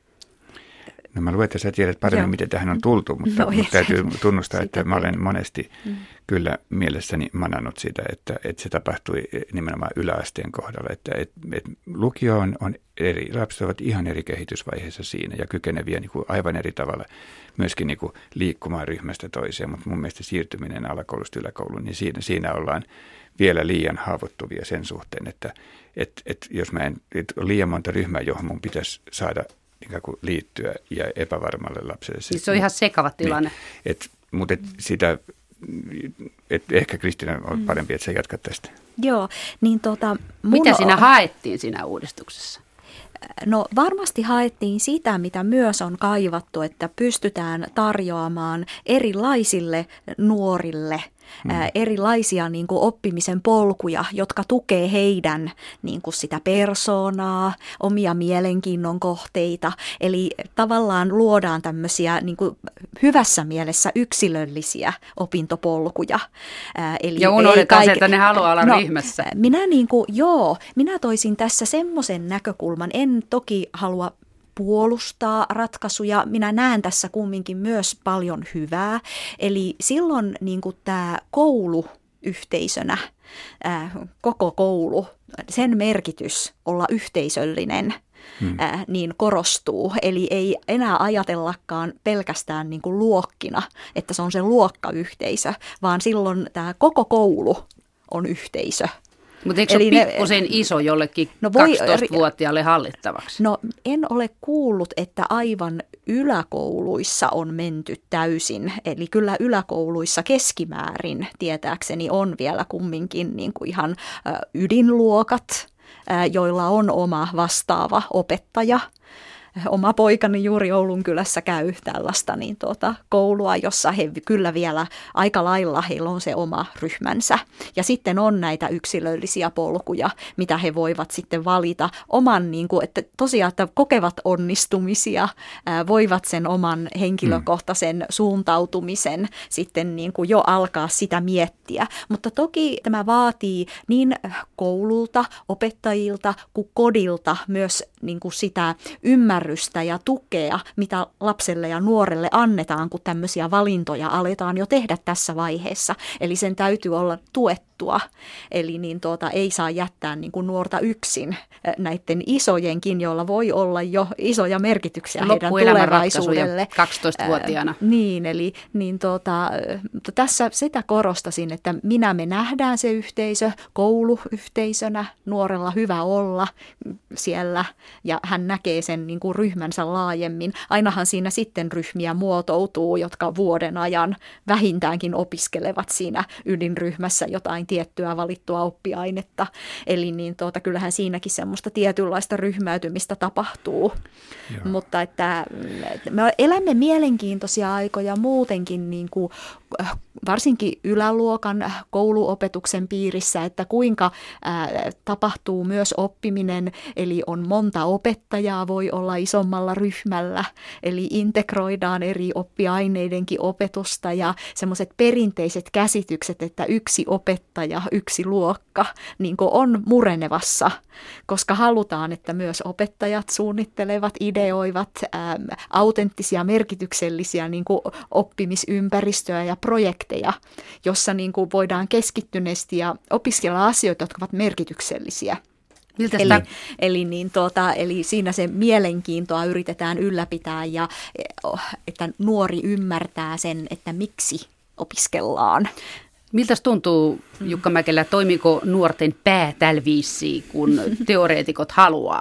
No mä luulen, että sä tiedät paremmin, Joo. miten tähän on tultu, mutta, no, mutta täytyy tunnustaa, että mä olen monesti mm. kyllä mielessäni manannut sitä, että, että se tapahtui nimenomaan yläasteen kohdalla. Että, että, että lukio on, on eri, lapset ovat ihan eri kehitysvaiheessa siinä ja kykeneviä niin kuin aivan eri tavalla myöskin niin kuin liikkumaan ryhmästä toiseen, mutta mun mielestä siirtyminen alakoulusta yläkouluun, niin siinä, siinä ollaan vielä liian haavoittuvia sen suhteen, että et, et jos mä en, et on liian monta ryhmää, johon mun pitäisi saada ikään kuin liittyä ja epävarmalle lapselle. Se, se on ihan sekava tilanne. Niin, et, mutta et sitä, et ehkä Kristiina on parempi, että sä jatkat tästä. Joo, niin tota... Mitä siinä on... haettiin siinä uudistuksessa? No varmasti haettiin sitä, mitä myös on kaivattu, että pystytään tarjoamaan erilaisille nuorille Mm. Ää, erilaisia niin kuin oppimisen polkuja, jotka tukee heidän niin kuin sitä persoonaa, omia mielenkiinnon kohteita. Eli tavallaan luodaan tämmöisiä niin kuin hyvässä mielessä yksilöllisiä opintopolkuja. Ää, eli ja unohdetaan se, että ne haluaa olla no, ryhmässä. Minä, niin kuin, joo, minä toisin tässä semmoisen näkökulman, en toki halua puolustaa ratkaisuja. Minä näen tässä kumminkin myös paljon hyvää. Eli silloin niin kuin tämä koulu yhteisönä, ää, koko koulu, sen merkitys olla yhteisöllinen, hmm. ää, niin korostuu. Eli ei enää ajatellakaan pelkästään niin kuin luokkina, että se on se luokkayhteisö, vaan silloin tämä koko koulu on yhteisö. Mutta eikö Eli se ole pikkusen ne, iso jollekin no voi, kaksitoistavuotiaalle hallittavaksi? No en ole kuullut, että aivan yläkouluissa on menty täysin. Eli kyllä yläkouluissa keskimäärin tietääkseni on vielä kumminkin niin kuin ihan ydinluokat, joilla on oma vastaava opettaja. Oma poikani juuri Oulun kylässä käy tällaista niin tuota, koulua, jossa he kyllä vielä aika lailla heillä on se oma ryhmänsä. Ja sitten on näitä yksilöllisiä polkuja, mitä he voivat sitten valita oman, niin kuin, että tosiaan että kokevat onnistumisia, ää, voivat sen oman henkilökohtaisen suuntautumisen sitten niin kuin jo alkaa sitä miettiä. Mutta toki tämä vaatii niin koululta, opettajilta kuin kodilta myös niin kuin sitä ymmärrystä ja tukea, mitä lapselle ja nuorelle annetaan, kun tämmöisiä valintoja aletaan jo tehdä tässä vaiheessa. Eli sen täytyy olla tuettua. Eli niin tuota, ei saa jättää niin kuin nuorta yksin näiden isojenkin, joilla voi olla jo isoja merkityksiä heidän tulevaisuudelle. kaksitoistavuotiaana. Äh, niin, eli niin tuota, mutta tässä sitä korostasin, että minä me nähdään se yhteisö kouluyhteisönä, nuorella hyvä olla siellä ja hän näkee sen niin kuin ryhmänsä laajemmin. Ainahan siinä sitten ryhmiä muotoutuu, jotka vuoden ajan vähintäänkin opiskelevat siinä ydinryhmässä jotain tiettyä valittua oppiainetta. Eli niin tuota, kyllähän siinäkin semmoista tietynlaista ryhmäytymistä tapahtuu. Joo. Mutta että me elämme mielenkiintoisia aikoja muutenkin niin kuin varsinkin yläluokan kouluopetuksen piirissä, että kuinka ää, tapahtuu myös oppiminen, eli on monta opettajaa, voi olla isommalla ryhmällä, eli integroidaan eri oppiaineidenkin opetusta ja semmoiset perinteiset käsitykset, että yksi opettaja, yksi luokka, niin kuin on murenevassa, koska halutaan, että myös opettajat suunnittelevat, ideoivat ää, autenttisia, merkityksellisiä niin kuin oppimisympäristöä ja projekteja, jossa niin kuin voidaan keskittyneesti ja opiskella asioita, jotka ovat merkityksellisiä. Miltä eli, eli, niin tuota, eli siinä se mielenkiintoa yritetään ylläpitää ja että nuori ymmärtää sen, että miksi opiskellaan. Miltä tuntuu, Jukka Mäkelä, toimiko nuorten pää tällä viisiin, kun teoreetikot haluaa?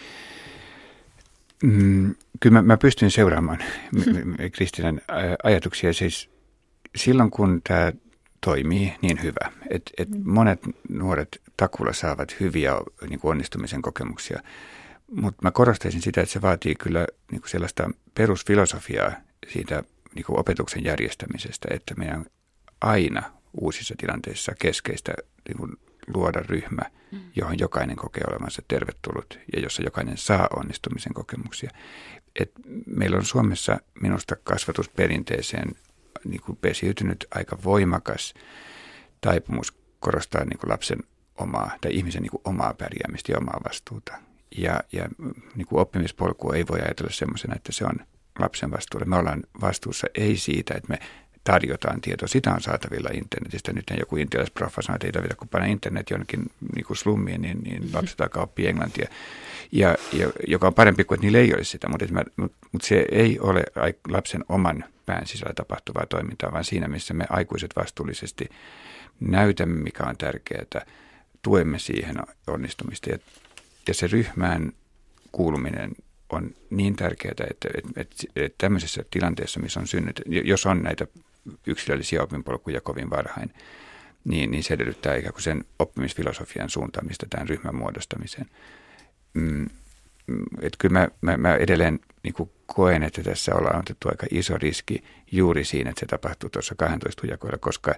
Mm, kyllä mä, mä pystyn seuraamaan Kristiinan ajatuksia. Siis silloin, kun tämä toimii niin hyvä, että et monet nuoret takuulla saavat hyviä niin kuin onnistumisen kokemuksia, mutta mä korostaisin sitä, että se vaatii kyllä niin kuin sellaista perusfilosofiaa siitä niin kuin opetuksen järjestämisestä, että meidän aina uusissa tilanteissa keskeistä niin kuin luoda ryhmä, johon jokainen kokee olevansa tervetullut ja jossa jokainen saa onnistumisen kokemuksia. Et meillä on Suomessa minusta kasvatusperinteeseen niin kuin pesiytynyt aika voimakas taipumus korostaa niin kuin lapsen omaa tai ihmisen niin kuin omaa pärjäämistä ja omaa vastuuta. Ja, ja niin kuin oppimispolkua ei voi ajatella semmoisena, että se on lapsen vastuulla. Me ollaan vastuussa ei siitä, että me tarjotaan tietoa. Sitä on saatavilla internetistä. Nyt joku intialaisproffa sanoo, että ei tarvita, kun panna internet jonnekin niin kuin slummiin, niin, niin lapset alkaa oppia englantia. Ja, ja, joka on parempi kuin, että niillä ei olisi sitä. Mutta, mutta, mutta se ei ole lapsen oman pään sisällä tapahtuvaa toimintaa, vaan siinä, missä me aikuiset vastuullisesti näytämme, mikä on tärkeää, tuemme siihen onnistumista. Ja, ja se ryhmään kuuluminen on niin tärkeää, että, että, että, että tämmöisessä tilanteessa, missä on synnyt, jos on näitä yksilöllisiä opinpolkuja kovin varhain, niin, niin se edellyttää ikään kuin sen oppimisfilosofian suuntaamista tämän ryhmän muodostamiseen. Mm, että kyllä mä, mä, mä edelleen niin kuin koen, että tässä ollaan otettu aika iso riski juuri siinä, että se tapahtuu tuossa kaksitoista jakoilla, koska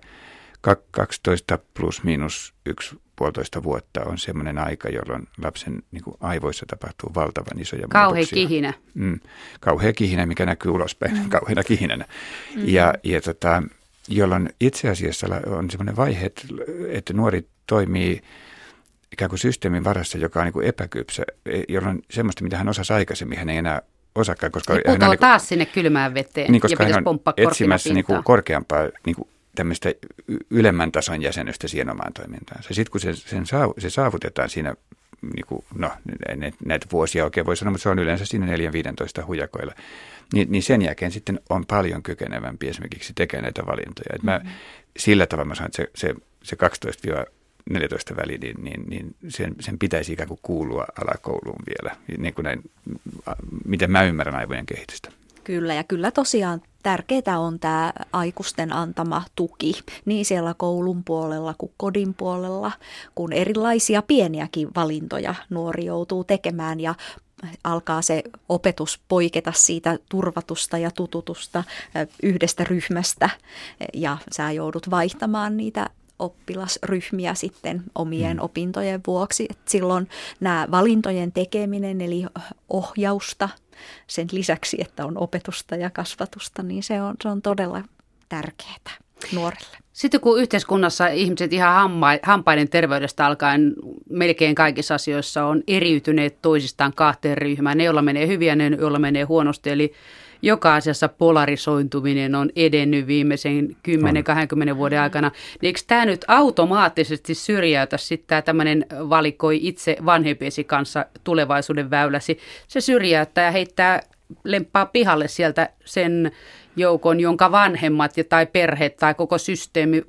kaksitoista plus miinus yksi puolitoista vuotta on semmoinen aika, jolloin lapsen niin kuin aivoissa tapahtuu valtavan isoja Kauhea muutoksia. kihinä. Mm, kauhea kihinä, mikä näkyy ulospäin, mm. kauheana kihinänä. Mm. Ja, ja tota, jolloin itse asiassa on semmoinen vaihe, että, että nuori toimii ikään kuin systeemin varassa, joka on niin kuin epäkypsä, jolloin semmoista, mitä hän osasi aikaisemmin, hän ei enää osaakaan. Koska niin hän on taas niin kuin, sinne kylmään veteen niin, koska ja hän on etsimässä niin kuin korkeampaa niin kuin tämmöistä ylemmän tason jäsenystä siihen omaan toimintaansa. Sitten kun se, sen saav, se saavutetaan siinä, niin kuin, no näitä vuosia oikein voi sanoa, mutta se on yleensä siinä neljä viisitoista hujakoilla, niin, niin sen jälkeen sitten on paljon kykenevämpi esimerkiksi tekemään näitä valintoja. Et mä, mm-hmm. Sillä tavalla mä sanon, että se, se, se kaksitoista neljätoista väli, niin, niin, niin sen, sen pitäisi ikään kuin kuulua alakouluun vielä, niin kuin näin, miten mä ymmärrän aivojen kehitystä. Kyllä, ja kyllä tosiaan tärkeää on tämä aikuisten antama tuki niin siellä koulun puolella kuin kodin puolella, kun erilaisia pieniäkin valintoja nuori joutuu tekemään ja alkaa se opetus poiketa siitä turvatusta ja tututusta yhdestä ryhmästä ja sä joudut vaihtamaan niitä oppilasryhmiä sitten omien mm. opintojen vuoksi. Et silloin nämä valintojen tekeminen eli ohjausta sen lisäksi, että on opetusta ja kasvatusta, niin se on, se on todella tärkeää nuorelle. Sitten kun yhteiskunnassa ihmiset ihan hampaiden terveydestä alkaen melkein kaikissa asioissa on eriytyneet toisistaan kahteen ryhmään, ne joilla menee hyviä, ne joilla menee huonosti, eli joka asiassa polarisointuminen on edennyt viimeisen kymmenen kaksikymmentä vuoden aikana. Niin eikö tämä nyt automaattisesti syrjäytä sitten tämä tämmöinen valikoi itse vanhempiesi kanssa tulevaisuuden väyläsi? Se syrjäyttää ja heittää, lemppaa pihalle sieltä sen joukon, jonka vanhemmat tai perheet tai koko systeemi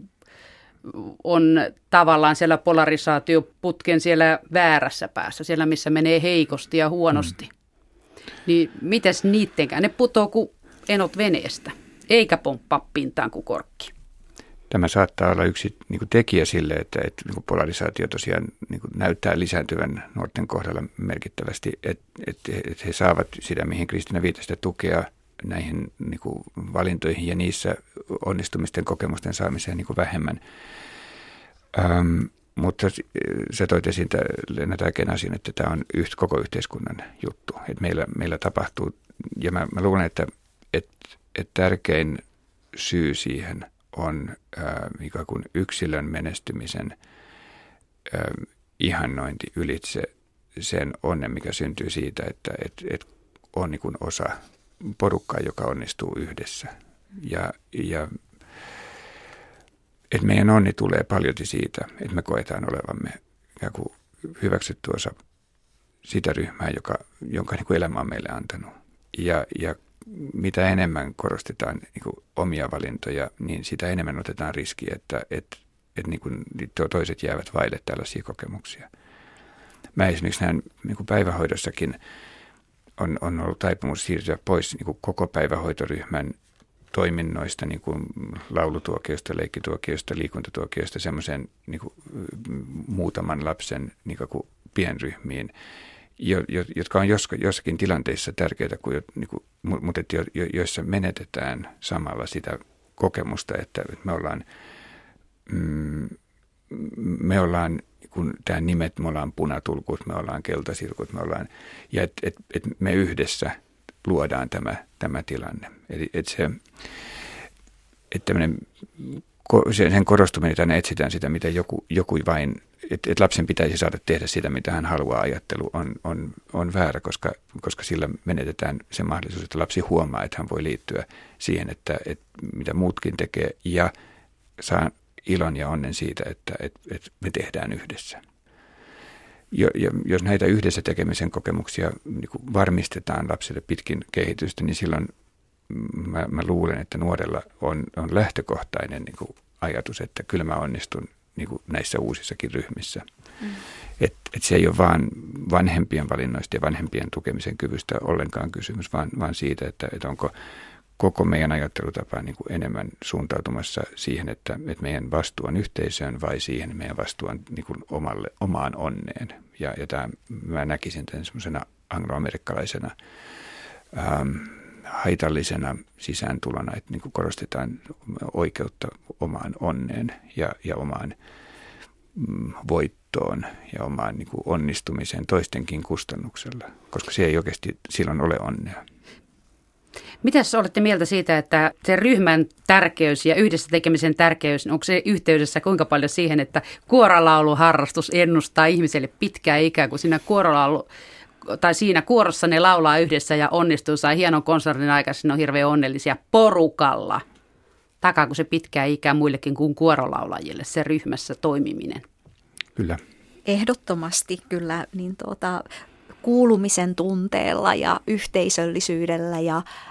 on tavallaan siellä polarisaatioputken siellä väärässä päässä, siellä missä menee heikosti ja huonosti. Mm. Niin mites niittenkään? Ne putoo kuin enot veneestä, eikä pomppaa pintaan kuin korkki. Tämä saattaa olla yksi niin kuin tekijä sille, että, että niin kuin polarisaatio tosiaan niin kuin näyttää lisääntyvän nuorten kohdalla merkittävästi, että, että, että he saavat sitä, mihin Kristiina viittasi, tukea näihin niin kuin valintoihin ja niissä onnistumisten kokemusten saamiseen niin kuin vähemmän. Ähm, Mutta sä toit esiin Leena tärkeän asian, että tämä on yht, koko yhteiskunnan juttu. Et meillä, meillä tapahtuu, ja mä, mä luulen, että et, et tärkein syy siihen on ää, ikään kuin yksilön menestymisen ää, ihannointi ylitse sen onnen, mikä syntyy siitä, että et, et on niin kuin osa porukkaa, joka onnistuu yhdessä. Ja, ja että meidän onni tulee paljolti siitä, että me koetaan olevamme ikään kuin hyväksytty osa sitä ryhmää, joka, jonka niin kuin elämä on meille antanut. Ja, ja mitä enemmän korostetaan niin kuin omia valintoja, niin sitä enemmän otetaan riski, että, että, että niin kuin toiset jäävät vaille tällaisia kokemuksia. Mä esimerkiksi näen niin kuin päivähoidossakin on, on ollut taipumus siirtyä pois niin kuin koko päivähoitoryhmän toiminnoista, niin kuin laulutuokiosta, leikkituokiosta, liikuntatuokiosta, semmoisen niin kuin muutaman lapsen niin kuin pienryhmiin, jo, jo, jotka on jossakin tilanteissa tärkeitä, kuin, niin kuin, mutta jo, jo, joissa menetetään samalla sitä kokemusta, että me ollaan, mm, me ollaan kun tämä nimet, me ollaan punatulkut, me ollaan keltasirkut, me ollaan, ja että et, et me yhdessä luodaan tämä, tämä tilanne. Eli että se, että sen korostuminen, että aina etsitään sitä, mitä joku, joku vain, että, että lapsen pitäisi saada tehdä sitä, mitä hän haluaa, ajattelu on, on, on väärä, koska, koska sillä menetetään se mahdollisuus, että lapsi huomaa, että hän voi liittyä siihen, että, että mitä muutkin tekee, ja saa ilon ja onnen siitä, että, että, että me tehdään yhdessä. Ja jos näitä yhdessä tekemisen kokemuksia niin kuin varmistetaan lapsille pitkin kehitystä, niin silloin mä, mä luulen, että nuorella on, on lähtökohtainen niin kuin ajatus, että kyllä mä onnistun niin kuin näissä uusissakin ryhmissä. Mm. Että et se ei ole vaan vanhempien valinnoista ja vanhempien tukemisen kyvystä ollenkaan kysymys, vaan, vaan siitä, että, että onko koko meidän ajattelutapa niin kuin enemmän suuntautumassa siihen, että, että meidän vastuu on yhteisöön vai siihen, että meidän vastuu on niin kuin omalle, omaan onneen. Ja, ja tämä, mä näkisin tämän semmoisena angloamerikkalaisena ähm, haitallisena sisääntulona, että niin kuin korostetaan oikeutta omaan onneen ja, ja omaan mm, voittoon ja omaan niin kuin onnistumiseen toistenkin kustannuksella, koska se ei oikeasti silloin ole onnea. Mitäs olette mieltä siitä, että se ryhmän tärkeys ja yhdessä tekemisen tärkeys, onko se yhteydessä kuinka paljon siihen, että kuorolauluharrastus ennustaa ihmiselle pitkää ikää, kun siinä kuorolaulu, tai siinä kuorossa ne laulaa yhdessä ja onnistuu, saa hienon konsertin aikaisin, ne on hirveän onnellisia porukalla. Takaako se pitkää ikää muillekin kuin kuorolaulajille, se ryhmässä toimiminen? Kyllä. Ehdottomasti kyllä, niin tuota, kuulumisen tunteella ja yhteisöllisyydellä ja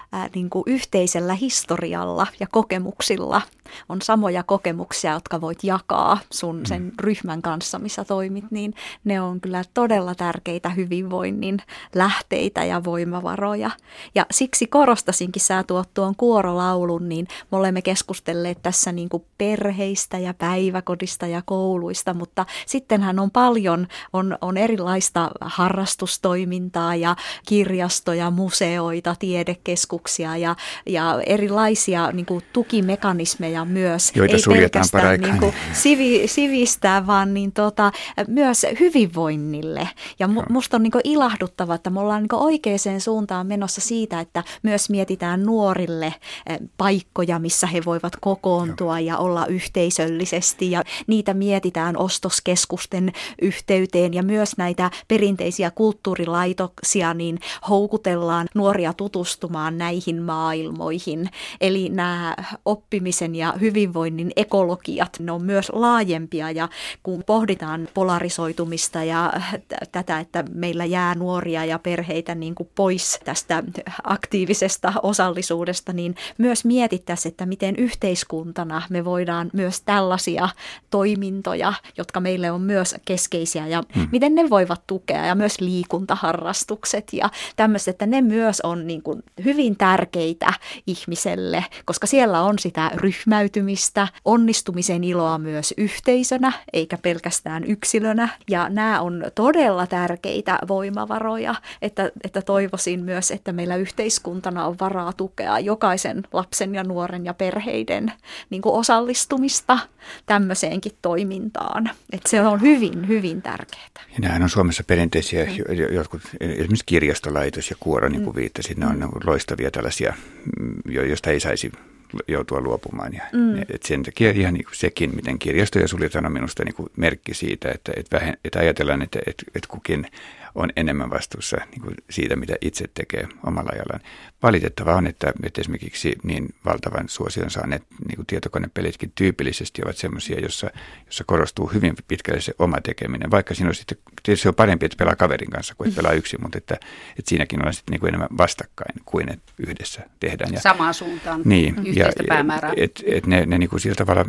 ää, niin kuin yhteisellä historialla ja kokemuksilla on samoja kokemuksia, jotka voit jakaa sun sen ryhmän kanssa, missä toimit, niin ne on kyllä todella tärkeitä hyvinvoinnin lähteitä ja voimavaroja. Ja siksi korostasinkin, sä tuot tuon kuorolaulun, niin me olemme keskustelleet tässä niin kuin perheistä ja päiväkodista ja kouluista, mutta sittenhän on paljon, on, on erilaista harrastustoimintaa ja kirjastoja, museoita, tiedekeskuksia ja, ja erilaisia niin kuin tukimekanismeja myös. Joita ei suljetaan pelkästään paraikaan. Niin kuin sivi, sivistää, vaan niin tota, myös hyvinvoinnille. Ja mu, musta on niin kuin ilahduttava, että me ollaan niin kuin oikeaan suuntaan menossa siitä, että myös mietitään nuorille paikkoja, missä he voivat kokoontua ja olla yhteisöllisesti. Ja niitä mietitään ostoskeskusten yhteyteen ja myös näitä perinteisiä kulttuurilaitoksia, niin houkutellaan nuoria tutustumaan näihin maailmoihin. Eli nämä oppimisen ja hyvinvoinnin ekologiat, ne on myös laajempia ja kun pohditaan polarisoitumista ja t- tätä, että meillä jää nuoria ja perheitä niin kuin pois tästä aktiivisesta osallisuudesta, niin myös mietittäisiin, että miten yhteiskuntana me voidaan myös tällaisia toimintoja, jotka meille on myös keskeisiä ja hmm. miten ne voivat tukea ja myös liikuntaharrastukset ja tämmöiset, että ne myös on niin kuin hyvin tärkeitä ihmiselle, koska siellä on sitä ryhmäytymistä, onnistumisen iloa myös yhteisönä, eikä pelkästään yksilönä. Ja nämä on todella tärkeitä voimavaroja, että, että toivoisin myös, että meillä yhteiskuntana on varaa tukea jokaisen lapsen ja nuoren ja perheiden niin kuin osallistumista tämmöiseenkin toimintaan. Että se on hyvin, hyvin tärkeää. Ja nämähän on Suomessa perinteisiä, mm. jotkut, esimerkiksi kirjastolaitos ja kuoro, niin kuin viittasit, ne on loistavia tällaisia, joista ei saisi joutua luopumaan. Ja mm. et sen takia ihan niin kuin sekin, miten kirjastoja suljetaan, on minusta niin kuin merkki siitä, että, että, vähen, että ajatellaan, että, että, että kukin on enemmän vastuussa niin kuin siitä, mitä itse tekee omalla ajallaan. Valitettavaa on, että, että esimerkiksi niin valtavan suosion saaneet niin kuin tietokonepelitkin tyypillisesti ovat sellaisia, jossa, jossa korostuu hyvin pitkälle se oma tekeminen. Vaikka siinä on sitten, tietysti on parempi, että pelaa kaverin kanssa kuin että pelaa yksin, mutta että, että siinäkin ollaan sitten niin kuin enemmän vastakkain kuin että yhdessä tehdään. Ja, samaan suuntaan niin, yhteistä ja, päämäärää. Et, et ne, ne niin kuin sillä tavalla,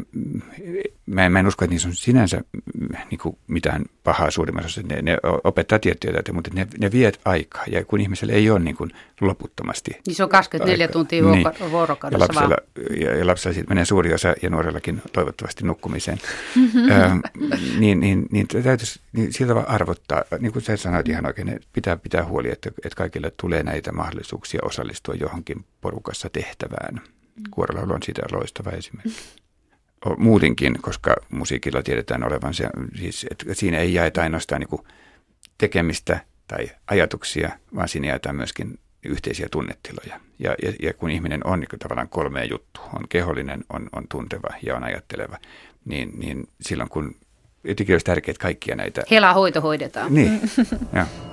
mä en, mä en usko, että niissä on sinänsä niin kuin mitään pahaa suurimmassa osassa. Ne, ne opettaa tiettyjä tätä, mutta ne, ne viet aikaa ja kun ihmisellä ei ole niin kuin loputtomasti. Niin se on kaksikymmentäneljä aika. tuntia niin. vuorokaudessa ja lapsella, vaan. Ja, ja lapsella siitä menee suuri osa ja nuorellakin toivottavasti nukkumiseen. ähm, niin, niin, niin täytyisi niin sillä tavalla arvottaa, niin kuin sä sanoit ihan oikein, pitää pitää huoli, että, että kaikille tulee näitä mahdollisuuksia osallistua johonkin porukassa tehtävään. Kuorolaulu on siitä loistava esimerkki. Muutenkin, koska musiikilla tiedetään olevan se, siis, että siinä ei jaeta ainoastaan niin kuin tekemistä tai ajatuksia, vaan siinä jaetaan myöskin yhteisiä tunnetiloja. Ja, ja, ja kun ihminen on niin tavallaan kolmea juttua, on kehollinen, on, on tunteva ja on ajatteleva, niin, niin silloin kun jotenkin olisi tärkeää, että kaikkia näitä... Hela hoito hoidetaan. Niin, joo.